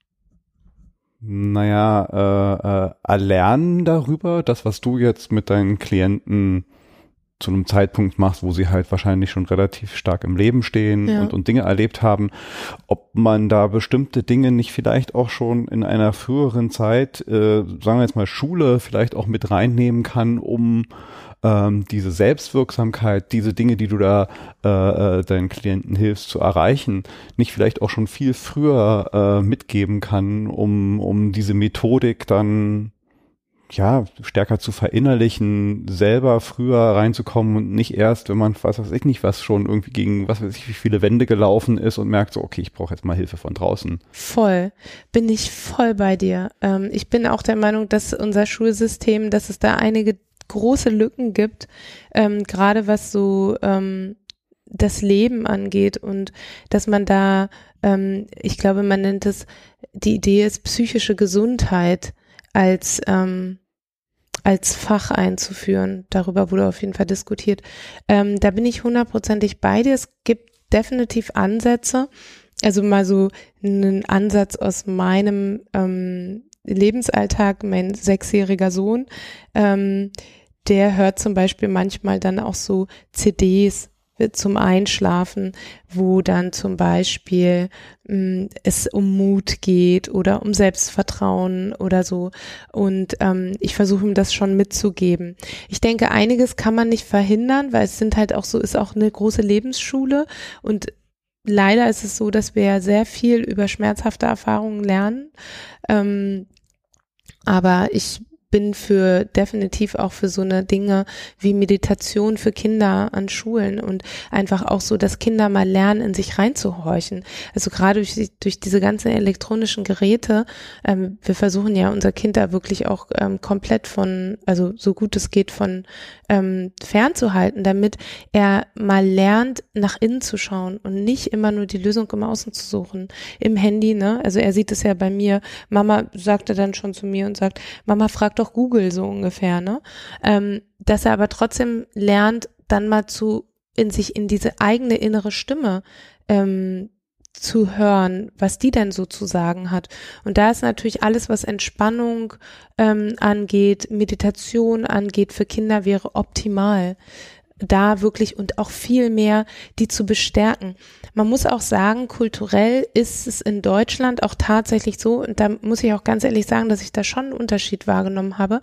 Erlernen darüber, das, was du jetzt mit deinen Klienten zu einem Zeitpunkt machst, wo sie halt wahrscheinlich schon relativ stark im Leben stehen und Dinge erlebt haben, ob man da bestimmte Dinge nicht vielleicht auch schon in einer früheren Zeit, sagen wir jetzt mal Schule, vielleicht auch mit reinnehmen kann, um diese Selbstwirksamkeit, diese Dinge, die du da deinen Klienten hilfst zu erreichen, nicht vielleicht auch schon viel früher mitgeben kann, um diese Methodik dann stärker zu verinnerlichen, selber früher reinzukommen und nicht erst, wenn man, was weiß ich nicht, was schon irgendwie gegen, was weiß ich, wie viele Wände gelaufen ist und merkt so, okay, ich brauche jetzt mal Hilfe von draußen. Voll. Bin ich voll bei dir. Ich bin auch der Meinung, dass unser Schulsystem, dass es da einige große Lücken gibt, gerade was so das Leben angeht und dass man da, ich glaube, man nennt es, die Idee ist psychische Gesundheit als Fach einzuführen. Darüber wurde auf jeden Fall diskutiert. Da bin ich 100%ig bei dir. Es gibt definitiv Ansätze. Also mal so einen Ansatz aus meinem Lebensalltag. Mein 6-jähriger Sohn, der hört zum Beispiel manchmal dann auch so CDs zum Einschlafen, wo dann zum Beispiel es um Mut geht oder um Selbstvertrauen oder so. Und ich versuche ihm das schon mitzugeben. Ich denke, einiges kann man nicht verhindern, weil es sind halt auch so, ist auch eine große Lebensschule und leider ist es so, dass wir ja sehr viel über schmerzhafte Erfahrungen lernen. Aber ich bin definitiv auch für so eine Dinge wie Meditation für Kinder an Schulen und einfach auch so, dass Kinder mal lernen, in sich reinzuhorchen. Also gerade durch diese ganzen elektronischen Geräte, wir versuchen ja unser Kind da wirklich auch komplett also so gut es geht von fernzuhalten, damit er mal lernt, nach innen zu schauen und nicht immer nur die Lösung im Außen zu suchen. Im Handy, ne? Also er sieht es ja bei mir, Mama sagte dann schon zu mir und sagt, Mama, frag doch Google so ungefähr, ne? Dass er aber trotzdem lernt, dann mal in diese eigene innere Stimme zu hören, was die denn so zu sagen hat. Und da ist natürlich alles, was Entspannung angeht, Meditation angeht, für Kinder wäre optimal. Da wirklich und auch viel mehr, die zu bestärken. Man muss auch sagen, kulturell ist es in Deutschland auch tatsächlich so, und da muss ich auch ganz ehrlich sagen, dass ich da schon einen Unterschied wahrgenommen habe.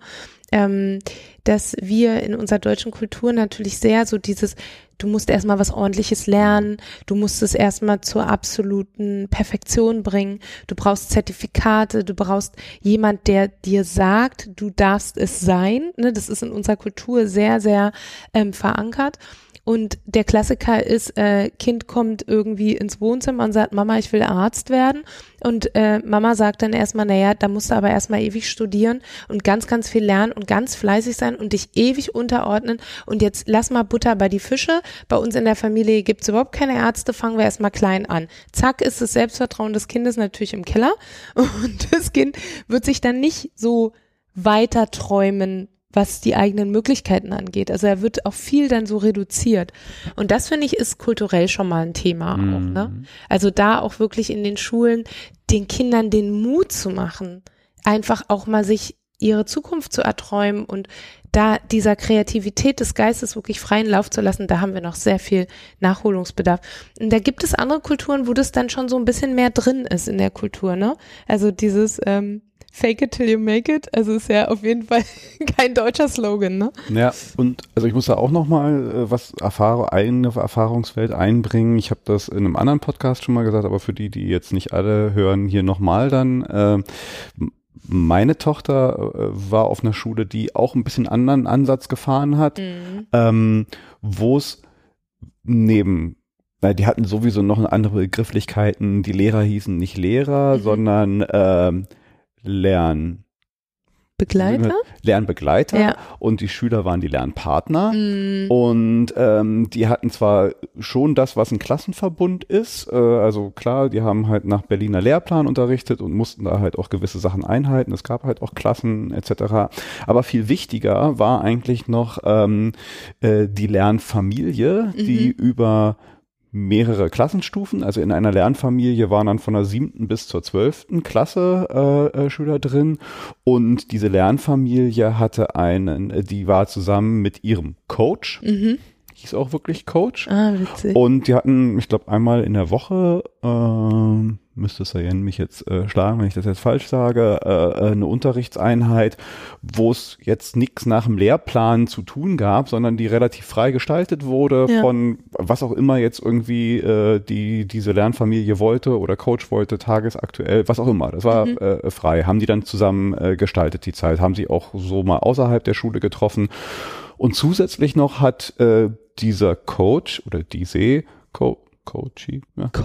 dass wir in unserer deutschen Kultur natürlich sehr so dieses, du musst erstmal was Ordentliches lernen, du musst es erstmal zur absoluten Perfektion bringen, du brauchst Zertifikate, du brauchst jemand, der dir sagt, du darfst es sein, ne? Das ist in unserer Kultur sehr, sehr verankert. Und der Klassiker ist, Kind kommt irgendwie ins Wohnzimmer und sagt, Mama, ich will Arzt werden. Und Mama sagt dann erstmal, naja, da musst du aber erstmal ewig studieren und ganz, ganz viel lernen und ganz fleißig sein und dich ewig unterordnen. Und jetzt lass mal Butter bei die Fische. Bei uns in der Familie gibt's überhaupt keine Ärzte, fangen wir erstmal klein an. Zack, ist das Selbstvertrauen des Kindes natürlich im Keller. Und das Kind wird sich dann nicht so weiter träumen, was die eigenen Möglichkeiten angeht. Also er wird auch viel dann so reduziert. Und das, finde ich, ist kulturell schon mal ein Thema auch, ne? Also da auch wirklich in den Schulen den Kindern den Mut zu machen, einfach auch mal sich ihre Zukunft zu erträumen und da dieser Kreativität des Geistes wirklich freien Lauf zu lassen, da haben wir noch sehr viel Nachholungsbedarf. Und da gibt es andere Kulturen, wo das dann schon so ein bisschen mehr drin ist in der Kultur, ne? Also dieses Fake it till you make it, also ist ja auf jeden Fall kein deutscher Slogan, ne? Ja, und also ich muss da auch nochmal eine Erfahrungswelt einbringen. Ich habe das in einem anderen Podcast schon mal gesagt, aber für die jetzt nicht alle hören, hier nochmal dann. Meine Tochter war auf einer Schule, die auch ein bisschen anderen Ansatz gefahren hat, wo es weil die hatten sowieso noch andere Begrifflichkeiten. Die Lehrer hießen nicht Lehrer, sondern Lernbegleiter ja. Und die Schüler waren die Lernpartner und die hatten zwar schon das, was ein Klassenverbund ist, also klar, die haben halt nach Berliner Lehrplan unterrichtet und mussten da halt auch gewisse Sachen einhalten, es gab halt auch Klassen etc., aber viel wichtiger war eigentlich noch die Lernfamilie, die über mehrere Klassenstufen, also in einer Lernfamilie waren dann von der 7. bis zur 12. Klasse Schüler drin und diese Lernfamilie hatte die war zusammen mit ihrem Coach, hieß auch wirklich Coach. Witzig. Und die hatten, ich glaube, einmal in der Woche, müsste Sayen mich jetzt schlagen, wenn ich das jetzt falsch sage, eine Unterrichtseinheit, wo es jetzt nichts nach dem Lehrplan zu tun gab, sondern die relativ frei gestaltet wurde von was auch immer jetzt irgendwie diese Lernfamilie wollte oder Coach wollte, tagesaktuell, was auch immer. Das war frei. Haben die dann zusammen gestaltet die Zeit, haben sie auch so mal außerhalb der Schule getroffen. Und zusätzlich noch hat dieser Coach oder diese Coachin.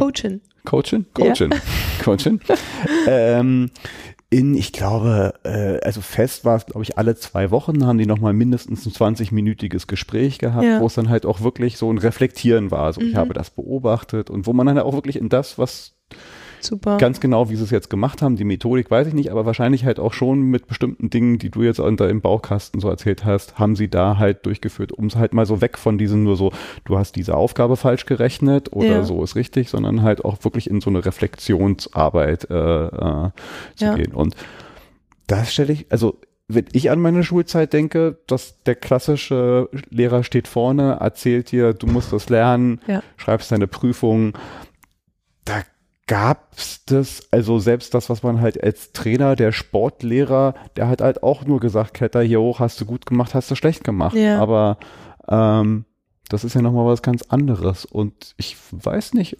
Ich glaube, also fest war es, glaube ich, alle 2 Wochen haben die nochmal mindestens ein 20-minütiges Gespräch gehabt, wo es dann halt auch wirklich so ein Reflektieren war. Also ich habe das beobachtet und wo man dann auch wirklich in das, was super. Ganz genau, wie sie es jetzt gemacht haben, die Methodik weiß ich nicht, aber wahrscheinlich halt auch schon mit bestimmten Dingen, die du jetzt unter im Baukasten so erzählt hast, haben sie da halt durchgeführt, um es halt mal so weg von diesem nur so, du hast diese Aufgabe falsch gerechnet oder so ist richtig, sondern halt auch wirklich in so eine Reflexionsarbeit zu gehen. Und das stelle ich, also wenn ich an meine Schulzeit denke, dass der klassische Lehrer steht vorne, erzählt dir, du musst das lernen, schreibst deine Prüfung, da gab's das, also selbst das, was man halt als Trainer, der Sportlehrer, der hat halt auch nur gesagt, Kletter hier hoch, hast du gut gemacht, hast du schlecht gemacht. Ja. Aber das ist ja nochmal was ganz anderes. Und ich weiß nicht,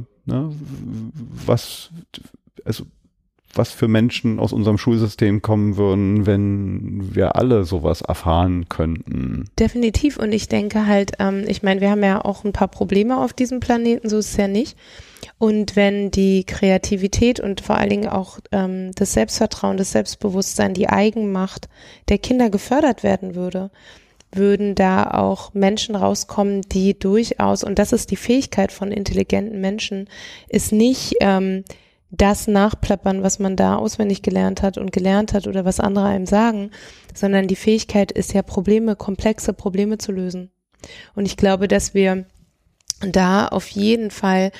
was für Menschen aus unserem Schulsystem kommen würden, wenn wir alle sowas erfahren könnten. Definitiv. Und ich denke halt, ich meine, wir haben ja auch ein paar Probleme auf diesem Planeten, so ist es ja nicht. Und wenn die Kreativität und vor allen Dingen auch das Selbstvertrauen, das Selbstbewusstsein, die Eigenmacht der Kinder gefördert werden würde, würden da auch Menschen rauskommen, die durchaus, und das ist die Fähigkeit von intelligenten Menschen, ist nicht das nachplappern, was man da auswendig gelernt hat oder was andere einem sagen, sondern die Fähigkeit ist ja komplexe Probleme zu lösen. Und ich glaube, dass wir da auf jeden Fall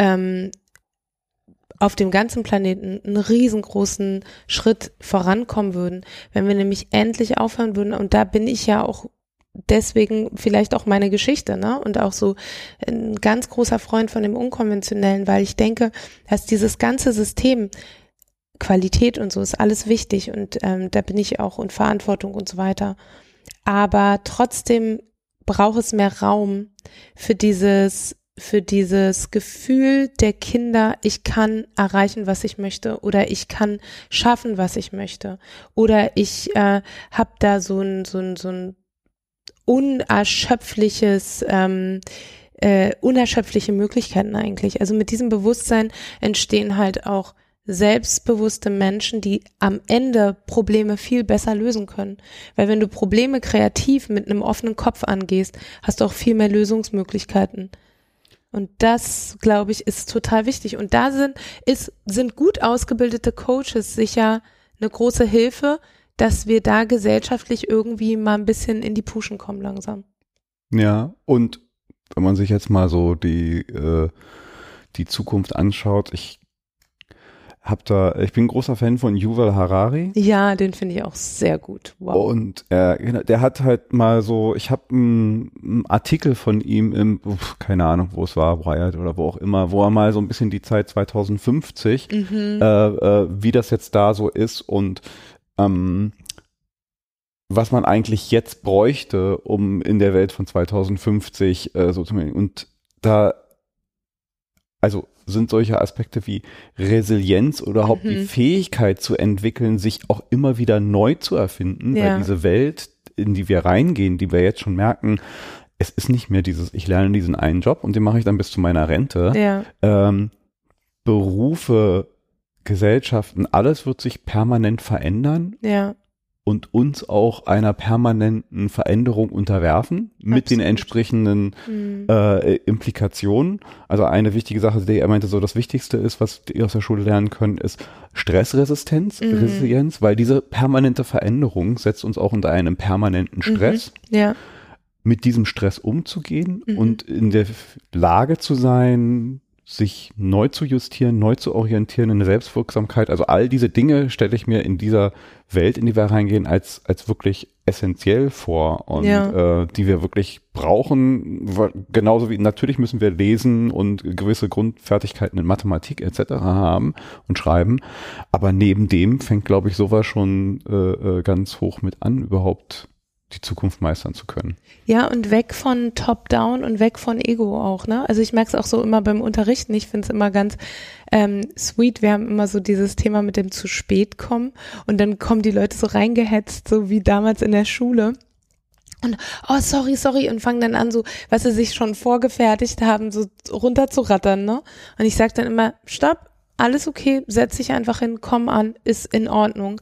auf dem ganzen Planeten einen riesengroßen Schritt vorankommen würden, wenn wir nämlich endlich aufhören würden. Und da bin ich ja auch deswegen vielleicht auch meine Geschichte, ne? Und auch so ein ganz großer Freund von dem Unkonventionellen, weil ich denke, dass dieses ganze System Qualität und so ist alles wichtig und da bin ich auch und Verantwortung und so weiter. Aber trotzdem braucht es mehr Raum für dieses Gefühl der Kinder, ich kann erreichen, was ich möchte oder ich kann schaffen, was ich möchte oder ich habe da so ein unerschöpfliche Möglichkeiten eigentlich. Also mit diesem Bewusstsein entstehen halt auch selbstbewusste Menschen, die am Ende Probleme viel besser lösen können. Weil wenn du Probleme kreativ mit einem offenen Kopf angehst, hast du auch viel mehr Lösungsmöglichkeiten. Und das, glaube ich, ist total wichtig. Und da sind gut ausgebildete Coaches sicher eine große Hilfe, dass wir da gesellschaftlich irgendwie mal ein bisschen in die Puschen kommen langsam. Ja, und wenn man sich jetzt mal so die Zukunft anschaut, ich bin ein großer Fan von Yuval Harari. Ja, den finde ich auch sehr gut. Wow. Und der hat halt mal so, ich habe einen Artikel von ihm keine Ahnung, wo es war, Wired oder wo auch immer, wo er mal so ein bisschen die Zeit 2050, wie das jetzt da so ist und was man eigentlich jetzt bräuchte, um in der Welt von 2050 so zu machen. Und da, also sind solche Aspekte wie Resilienz oder überhaupt die Fähigkeit zu entwickeln, sich auch immer wieder neu zu erfinden, weil diese Welt, in die wir reingehen, die wir jetzt schon merken, es ist nicht mehr ich lerne diesen einen Job und den mache ich dann bis zu meiner Rente. Ja. Berufe, Gesellschaften, alles wird sich permanent verändern. Ja. Und uns auch einer permanenten Veränderung unterwerfen mit den entsprechenden Implikationen. Also eine wichtige Sache, die er meinte, so das Wichtigste ist, was die aus der Schule lernen können, ist Stressresistenz, Resilienz, weil diese permanente Veränderung setzt uns auch unter einem permanenten Stress. Ja. Mit diesem Stress umzugehen und in der Lage zu sein, sich neu zu justieren, neu zu orientieren in der Selbstwirksamkeit. Also all diese Dinge stelle ich mir in dieser Welt, in die wir reingehen, als wirklich essentiell vor und die wir wirklich brauchen. Genauso wie natürlich müssen wir lesen und gewisse Grundfertigkeiten in Mathematik etc. haben und schreiben. Aber neben dem fängt, glaube ich, sowas schon ganz hoch mit an, überhaupt die Zukunft meistern zu können. Ja, und weg von Top-Down und weg von Ego auch, ne? Also ich merke es auch so immer beim Unterrichten, ich finde es immer ganz sweet, wir haben immer so dieses Thema mit dem zu spät kommen und dann kommen die Leute so reingehetzt, so wie damals in der Schule und oh, sorry und fangen dann an so, was sie sich schon vorgefertigt haben, so runterzurattern, ne? Und ich sage dann immer, stopp, alles okay, setz dich einfach hin, komm an, ist in Ordnung,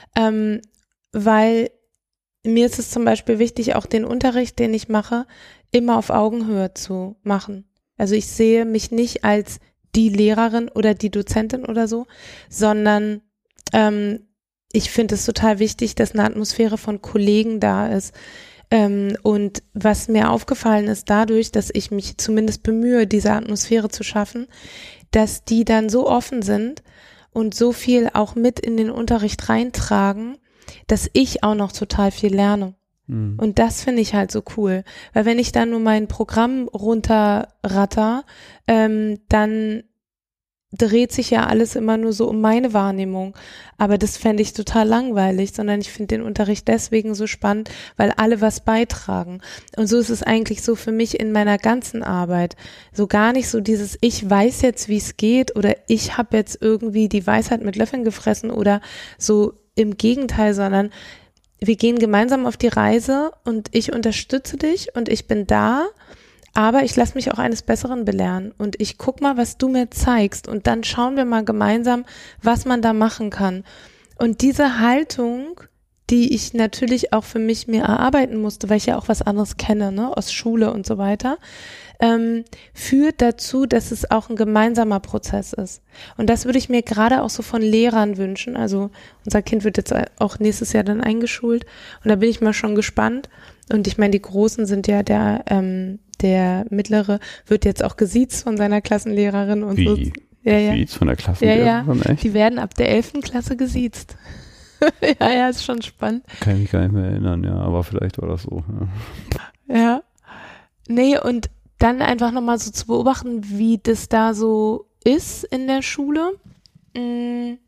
weil mir ist es zum Beispiel wichtig, auch den Unterricht, den ich mache, immer auf Augenhöhe zu machen. Also ich sehe mich nicht als die Lehrerin oder die Dozentin oder so, sondern ich finde es total wichtig, dass eine Atmosphäre von Kollegen da ist. Und was mir aufgefallen ist dadurch, dass ich mich zumindest bemühe, diese Atmosphäre zu schaffen, dass die dann so offen sind und so viel auch mit in den Unterricht reintragen, dass ich auch noch total viel lerne. Und das finde ich halt so cool. Weil wenn ich dann nur mein Programm runterratter, dann dreht sich ja alles immer nur so um meine Wahrnehmung. Aber das fände ich total langweilig, sondern ich finde den Unterricht deswegen so spannend, weil alle was beitragen. Und so ist es eigentlich so für mich in meiner ganzen Arbeit. So gar nicht so dieses, ich weiß jetzt, wie es geht oder ich habe jetzt irgendwie die Weisheit mit Löffeln gefressen oder so im Gegenteil, sondern wir gehen gemeinsam auf die Reise und ich unterstütze dich und ich bin da, aber ich lasse mich auch eines Besseren belehren und ich guck mal, was du mir zeigst und dann schauen wir mal gemeinsam, was man da machen kann. Und diese Haltung, die ich natürlich auch für mich mir erarbeiten musste, weil ich ja auch was anderes kenne, ne, aus Schule und so weiter, führt dazu, dass es auch ein gemeinsamer Prozess ist. Und das würde ich mir gerade auch so von Lehrern wünschen. Also unser Kind wird jetzt auch nächstes Jahr dann eingeschult und da bin ich mal schon gespannt. Und ich meine, die Großen sind ja der Mittlere wird jetzt auch gesiezt von seiner Klassenlehrerin und wie? So. Ja. Gesiezt von der Klassenlehrerin? Ja. Echt? Die werden ab der 11. Klasse gesiezt. Ja, ist schon spannend. Kann ich mich gar nicht mehr erinnern, ja, aber vielleicht war das so. Ja. Nee, und dann einfach nochmal so zu beobachten, wie das da so ist in der Schule.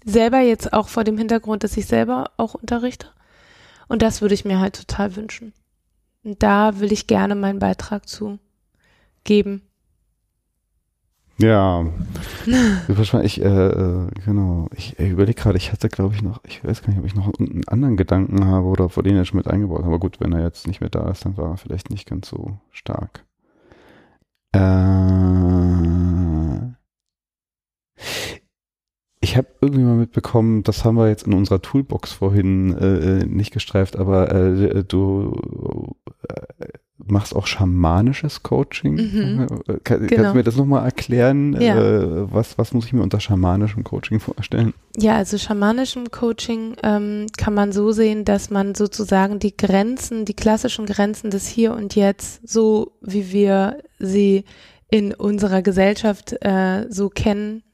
selber jetzt auch vor dem Hintergrund, dass ich selber auch unterrichte. Und das würde ich mir halt total wünschen. Und da will ich gerne meinen Beitrag zu geben. Ja, wahrscheinlich, genau. Ich überlege gerade, ich hatte, glaube ich, noch, ich weiß gar nicht, ob ich noch einen anderen Gedanken habe oder vor den ich schon mit eingebaut habe. Aber gut, wenn er jetzt nicht mehr da ist, dann war er vielleicht nicht ganz so stark. Ich habe irgendwie mal mitbekommen, das haben wir jetzt in unserer Toolbox vorhin nicht gestreift, aber du machst auch schamanisches Coaching. Mhm. Kannst Genau. du mir das nochmal erklären? Ja. Was muss ich mir unter schamanischem Coaching vorstellen? Ja, also schamanischem Coaching kann man so sehen, dass man sozusagen die Grenzen, die klassischen Grenzen des Hier und Jetzt, so wie wir sie in unserer Gesellschaft so kennen,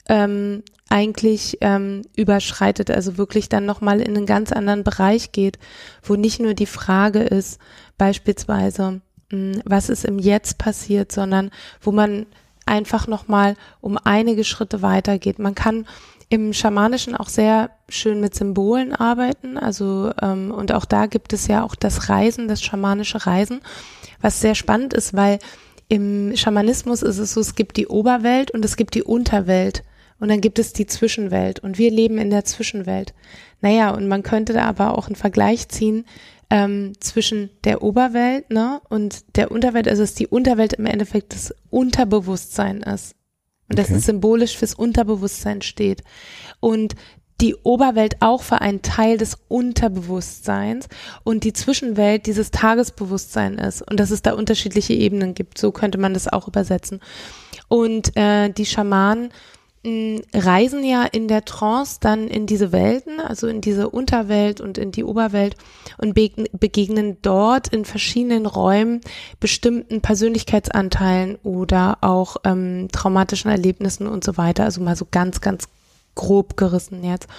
eigentlich überschreitet, also wirklich dann nochmal in einen ganz anderen Bereich geht, wo nicht nur die Frage ist, beispielsweise, was ist im Jetzt passiert, sondern wo man einfach nochmal um einige Schritte weitergeht. Man kann im Schamanischen auch sehr schön mit Symbolen arbeiten, also und auch da gibt es ja auch das Reisen, das schamanische Reisen, was sehr spannend ist, weil im Schamanismus ist es so, es gibt die Oberwelt und es gibt die Unterwelt. Und dann gibt es die Zwischenwelt und wir leben in der Zwischenwelt. Naja, und man könnte da aber auch einen Vergleich ziehen zwischen der Oberwelt, ne, und der Unterwelt, also dass die Unterwelt im Endeffekt das Unterbewusstsein ist. Und dass es symbolisch fürs Unterbewusstsein steht. Und die Oberwelt auch für einen Teil des Unterbewusstseins und die Zwischenwelt dieses Tagesbewusstsein ist. Und dass es da unterschiedliche Ebenen gibt. So könnte man das auch übersetzen. Und die Schamanen reisen ja in der Trance dann in diese Welten, also in diese Unterwelt und in die Oberwelt und begegnen dort in verschiedenen Räumen bestimmten Persönlichkeitsanteilen oder auch traumatischen Erlebnissen und so weiter, also mal so ganz, ganz grob gerissen jetzt.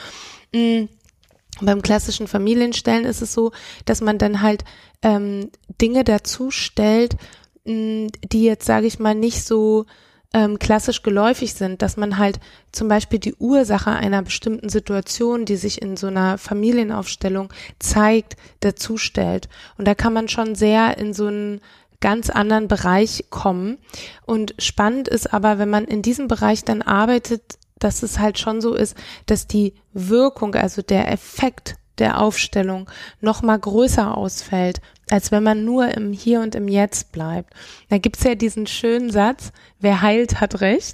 Beim klassischen Familienstellen ist es so, dass man dann halt Dinge dazu stellt, die jetzt, sage ich mal, nicht so klassisch geläufig sind, dass man halt zum Beispiel die Ursache einer bestimmten Situation, die sich in so einer Familienaufstellung zeigt, dazu stellt. Und da kann man schon sehr in so einen ganz anderen Bereich kommen. Und spannend ist aber, wenn man in diesem Bereich dann arbeitet, dass es halt schon so ist, dass die Wirkung, also der Effekt der Aufstellung noch mal größer ausfällt, als wenn man nur im Hier und im Jetzt bleibt. Da gibt's ja diesen schönen Satz, wer heilt, hat recht.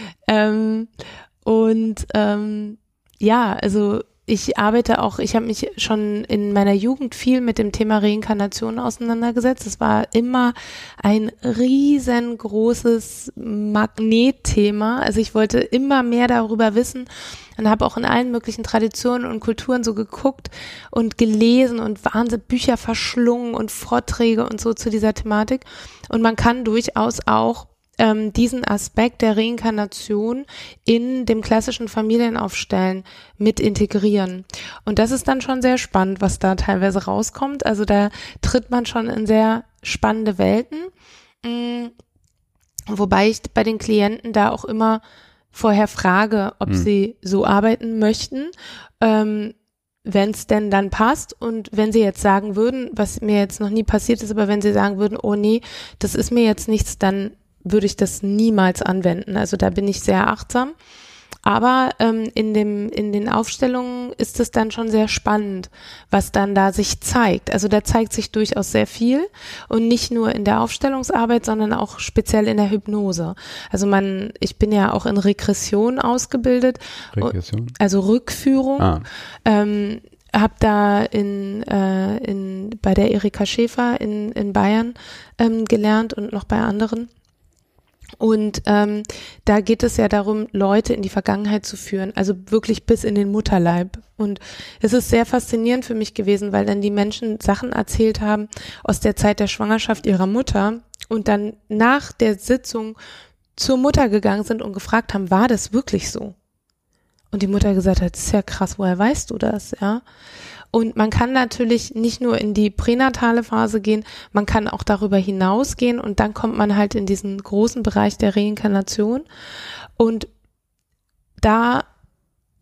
Ja, also ich habe mich schon in meiner Jugend viel mit dem Thema Reinkarnation auseinandergesetzt. Es war immer ein riesengroßes Magnetthema. Also ich wollte immer mehr darüber wissen und habe auch in allen möglichen Traditionen und Kulturen so geguckt und gelesen und wahnsinnig Bücher verschlungen und Vorträge und so zu dieser Thematik. Und man kann durchaus auch diesen Aspekt der Reinkarnation in dem klassischen Familienaufstellen mit integrieren. Und das ist dann schon sehr spannend, was da teilweise rauskommt. Also da tritt man schon in sehr spannende Welten, wobei ich bei den Klienten da auch immer vorher frage, ob sie so arbeiten möchten, wenn es denn dann passt und wenn sie jetzt sagen würden, was mir jetzt noch nie passiert ist, aber wenn sie sagen würden, oh nee, das ist mir jetzt nichts, dann würde ich das niemals anwenden. Also da bin ich sehr achtsam. Aber in den Aufstellungen ist es dann schon sehr spannend, was dann da sich zeigt. Also da zeigt sich durchaus sehr viel und nicht nur in der Aufstellungsarbeit, sondern auch speziell in der Hypnose. Also ich bin ja auch in Regression ausgebildet. Regression? Also Rückführung. Habe da bei der Erika Schäfer in Bayern gelernt und noch bei anderen. Und da geht es ja darum, Leute in die Vergangenheit zu führen, also wirklich bis in den Mutterleib. Und es ist sehr faszinierend für mich gewesen, weil dann die Menschen Sachen erzählt haben aus der Zeit der Schwangerschaft ihrer Mutter und dann nach der Sitzung zur Mutter gegangen sind und gefragt haben, war das wirklich so? Und die Mutter gesagt hat, das ist ja krass, woher weißt du das, ja? Und man kann natürlich nicht nur in die pränatale Phase gehen, man kann auch darüber hinausgehen und dann kommt man halt in diesen großen Bereich der Reinkarnation. Und da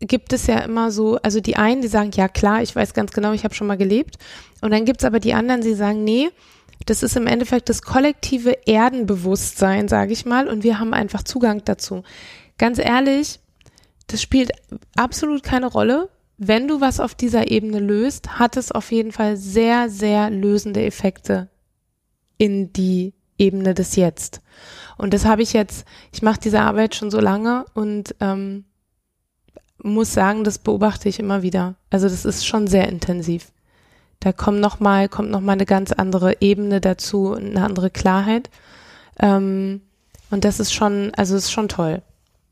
gibt es ja immer so, also die einen, die sagen, ja klar, ich weiß ganz genau, ich habe schon mal gelebt. Und dann gibt es aber die anderen, die sagen, nee, das ist im Endeffekt das kollektive Erdenbewusstsein, sage ich mal, und wir haben einfach Zugang dazu. Ganz ehrlich, das spielt absolut keine Rolle. Wenn du was auf dieser Ebene löst, hat es auf jeden Fall sehr, sehr lösende Effekte in die Ebene des Jetzt. Und das habe ich jetzt, ich mache diese Arbeit schon so lange und muss sagen, das beobachte ich immer wieder. Also das ist schon sehr intensiv. Da kommt noch mal eine ganz andere Ebene dazu, eine andere Klarheit. Und das ist schon, also es ist schon toll.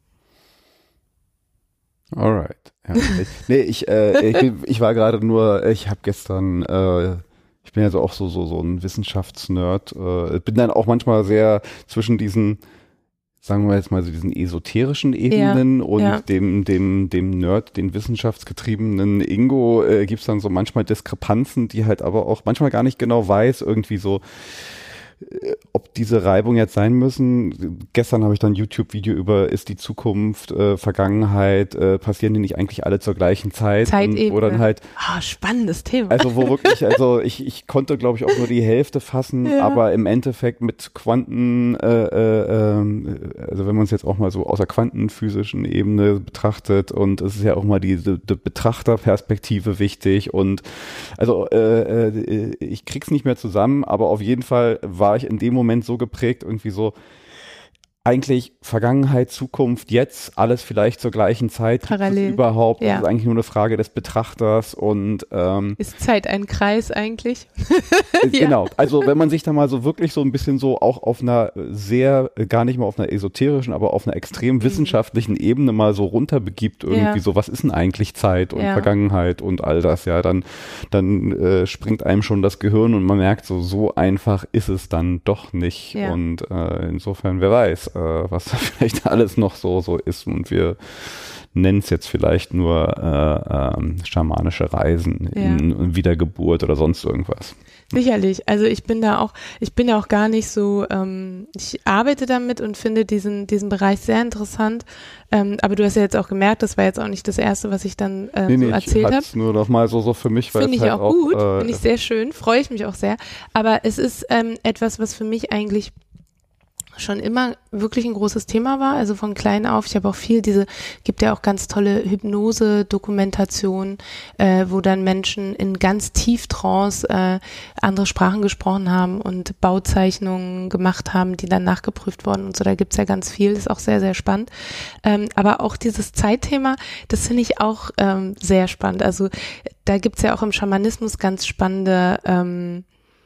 Alright. Ja. Ich war gerade nur, ich habe gestern, ich bin ja so auch so ein Wissenschaftsnerd, bin dann auch manchmal sehr zwischen diesen, sagen wir jetzt mal so diesen esoterischen Ebenen und dem Nerd, den wissenschaftsgetriebenen Ingo, gibt's dann so manchmal Diskrepanzen, die halt aber auch manchmal gar nicht genau weiß, irgendwie so, ob diese Reibung jetzt sein müssen. Gestern habe ich dann ein YouTube-Video über ist die Zukunft, Vergangenheit, passieren die nicht eigentlich alle zur gleichen Zeit? Zeitebene. Wo dann halt, spannendes Thema. Also wo wirklich, also ich konnte glaube ich auch nur die Hälfte fassen, aber im Endeffekt mit Quanten, also wenn man es jetzt auch mal so aus der quantenphysischen Ebene betrachtet und es ist ja auch mal die Betrachterperspektive wichtig und also ich krieg's nicht mehr zusammen, aber auf jeden Fall war ich in dem Moment so geprägt, irgendwie so, eigentlich Vergangenheit, Zukunft, jetzt, alles vielleicht zur gleichen Zeit. Parallel. Überhaupt, das ist eigentlich nur eine Frage des Betrachters und ist Zeit ein Kreis eigentlich? Genau, also wenn man sich da mal so wirklich so ein bisschen so auch auf einer gar nicht mal auf einer esoterischen, aber auf einer extrem wissenschaftlichen Ebene mal so runterbegibt, irgendwie so, was ist denn eigentlich Zeit und Vergangenheit und all das, ja, dann springt einem schon das Gehirn und man merkt so einfach ist es dann doch nicht und insofern, wer weiß, was da vielleicht alles noch so ist und wir nennen es jetzt vielleicht nur schamanische Reisen in Wiedergeburt oder sonst irgendwas. Sicherlich, also ich bin ja auch gar nicht so, ich arbeite damit und finde diesen Bereich sehr interessant, aber du hast ja jetzt auch gemerkt, das war jetzt auch nicht das Erste, was ich dann so erzählt habe. Nur noch mal so für mich. Finde ich halt auch gut, finde ich sehr schön, freue ich mich auch sehr, aber es ist etwas, was für mich eigentlich schon immer wirklich ein großes Thema war, also von klein auf. Ich habe auch gibt ja auch ganz tolle Hypnose-Dokumentationen, wo dann Menschen in ganz Tieftrance andere Sprachen gesprochen haben und Bauzeichnungen gemacht haben, die dann nachgeprüft wurden und so. Da gibt's ja ganz viel, das ist auch sehr, sehr spannend. Aber auch dieses Zeitthema, das finde ich auch sehr spannend. Also da gibt's ja auch im Schamanismus ganz spannende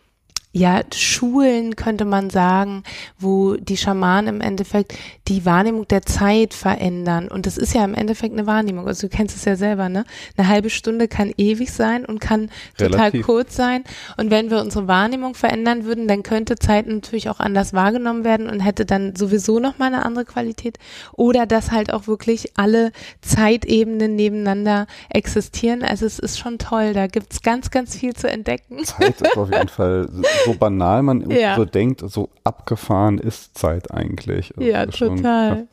Schulen könnte man sagen, wo die Schamanen im Endeffekt die Wahrnehmung der Zeit verändern. Und das ist ja im Endeffekt eine Wahrnehmung. Also du kennst es ja selber, ne? Eine halbe Stunde kann ewig sein und kann total kurz sein. Und wenn wir unsere Wahrnehmung verändern würden, dann könnte Zeit natürlich auch anders wahrgenommen werden und hätte dann sowieso nochmal eine andere Qualität. Oder dass halt auch wirklich alle Zeitebenen nebeneinander existieren. Also es ist schon toll. Da gibt's ganz, ganz viel zu entdecken. Zeit ist auf jeden Fall so banal man so denkt, so abgefahren ist Zeit eigentlich. Also ja, total.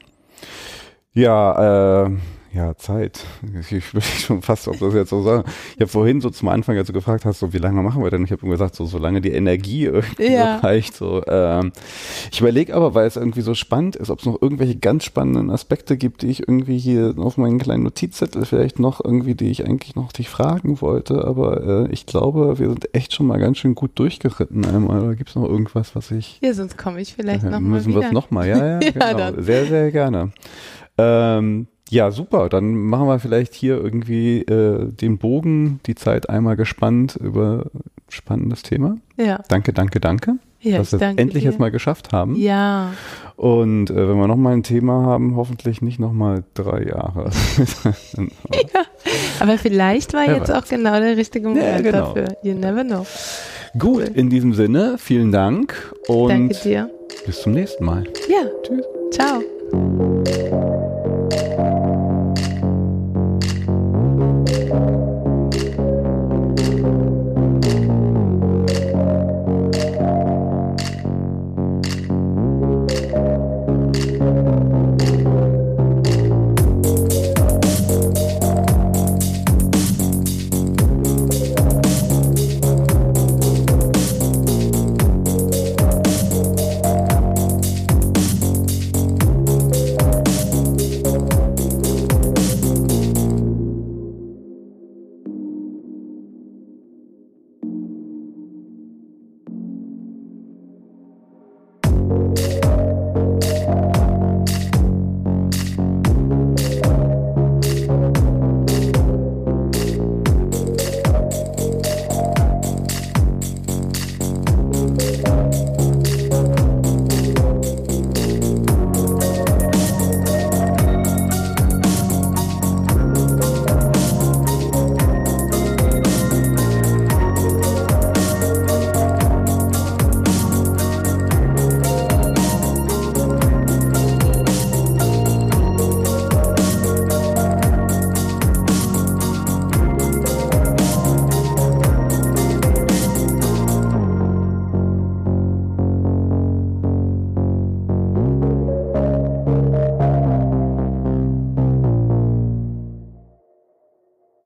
Zeit. Ich will schon fast, ob das jetzt so sagen. Ich habe vorhin so zum Anfang, als du gefragt hast, so wie lange machen wir denn? Ich habe ihm gesagt, so solange die Energie irgendwie reicht. So, ich überlege aber, weil es irgendwie so spannend ist, ob es noch irgendwelche ganz spannenden Aspekte gibt, die ich irgendwie hier auf meinen kleinen Notizzettel vielleicht noch irgendwie, die ich eigentlich noch dich fragen wollte. Aber ich glaube, wir sind echt schon mal ganz schön gut durchgeritten einmal. Oder gibt es noch irgendwas, was ich... Ja, sonst komme ich vielleicht nochmal müssen wir es nochmal, ja, genau. Dann. Sehr, sehr gerne. Ja, super. Dann machen wir vielleicht hier irgendwie den Bogen, die Zeit einmal gespannt über spannendes Thema. Ja. Danke. Ja, dass wir es endlich jetzt mal geschafft haben. Ja. Und wenn wir nochmal ein Thema haben, hoffentlich nicht nochmal 3 Jahre. Ja, aber vielleicht war jetzt auch genau der richtige Moment dafür. You never know. Gut, cool. In diesem Sinne, vielen Dank und danke dir. Bis zum nächsten Mal. Ja. Tschüss. Ciao.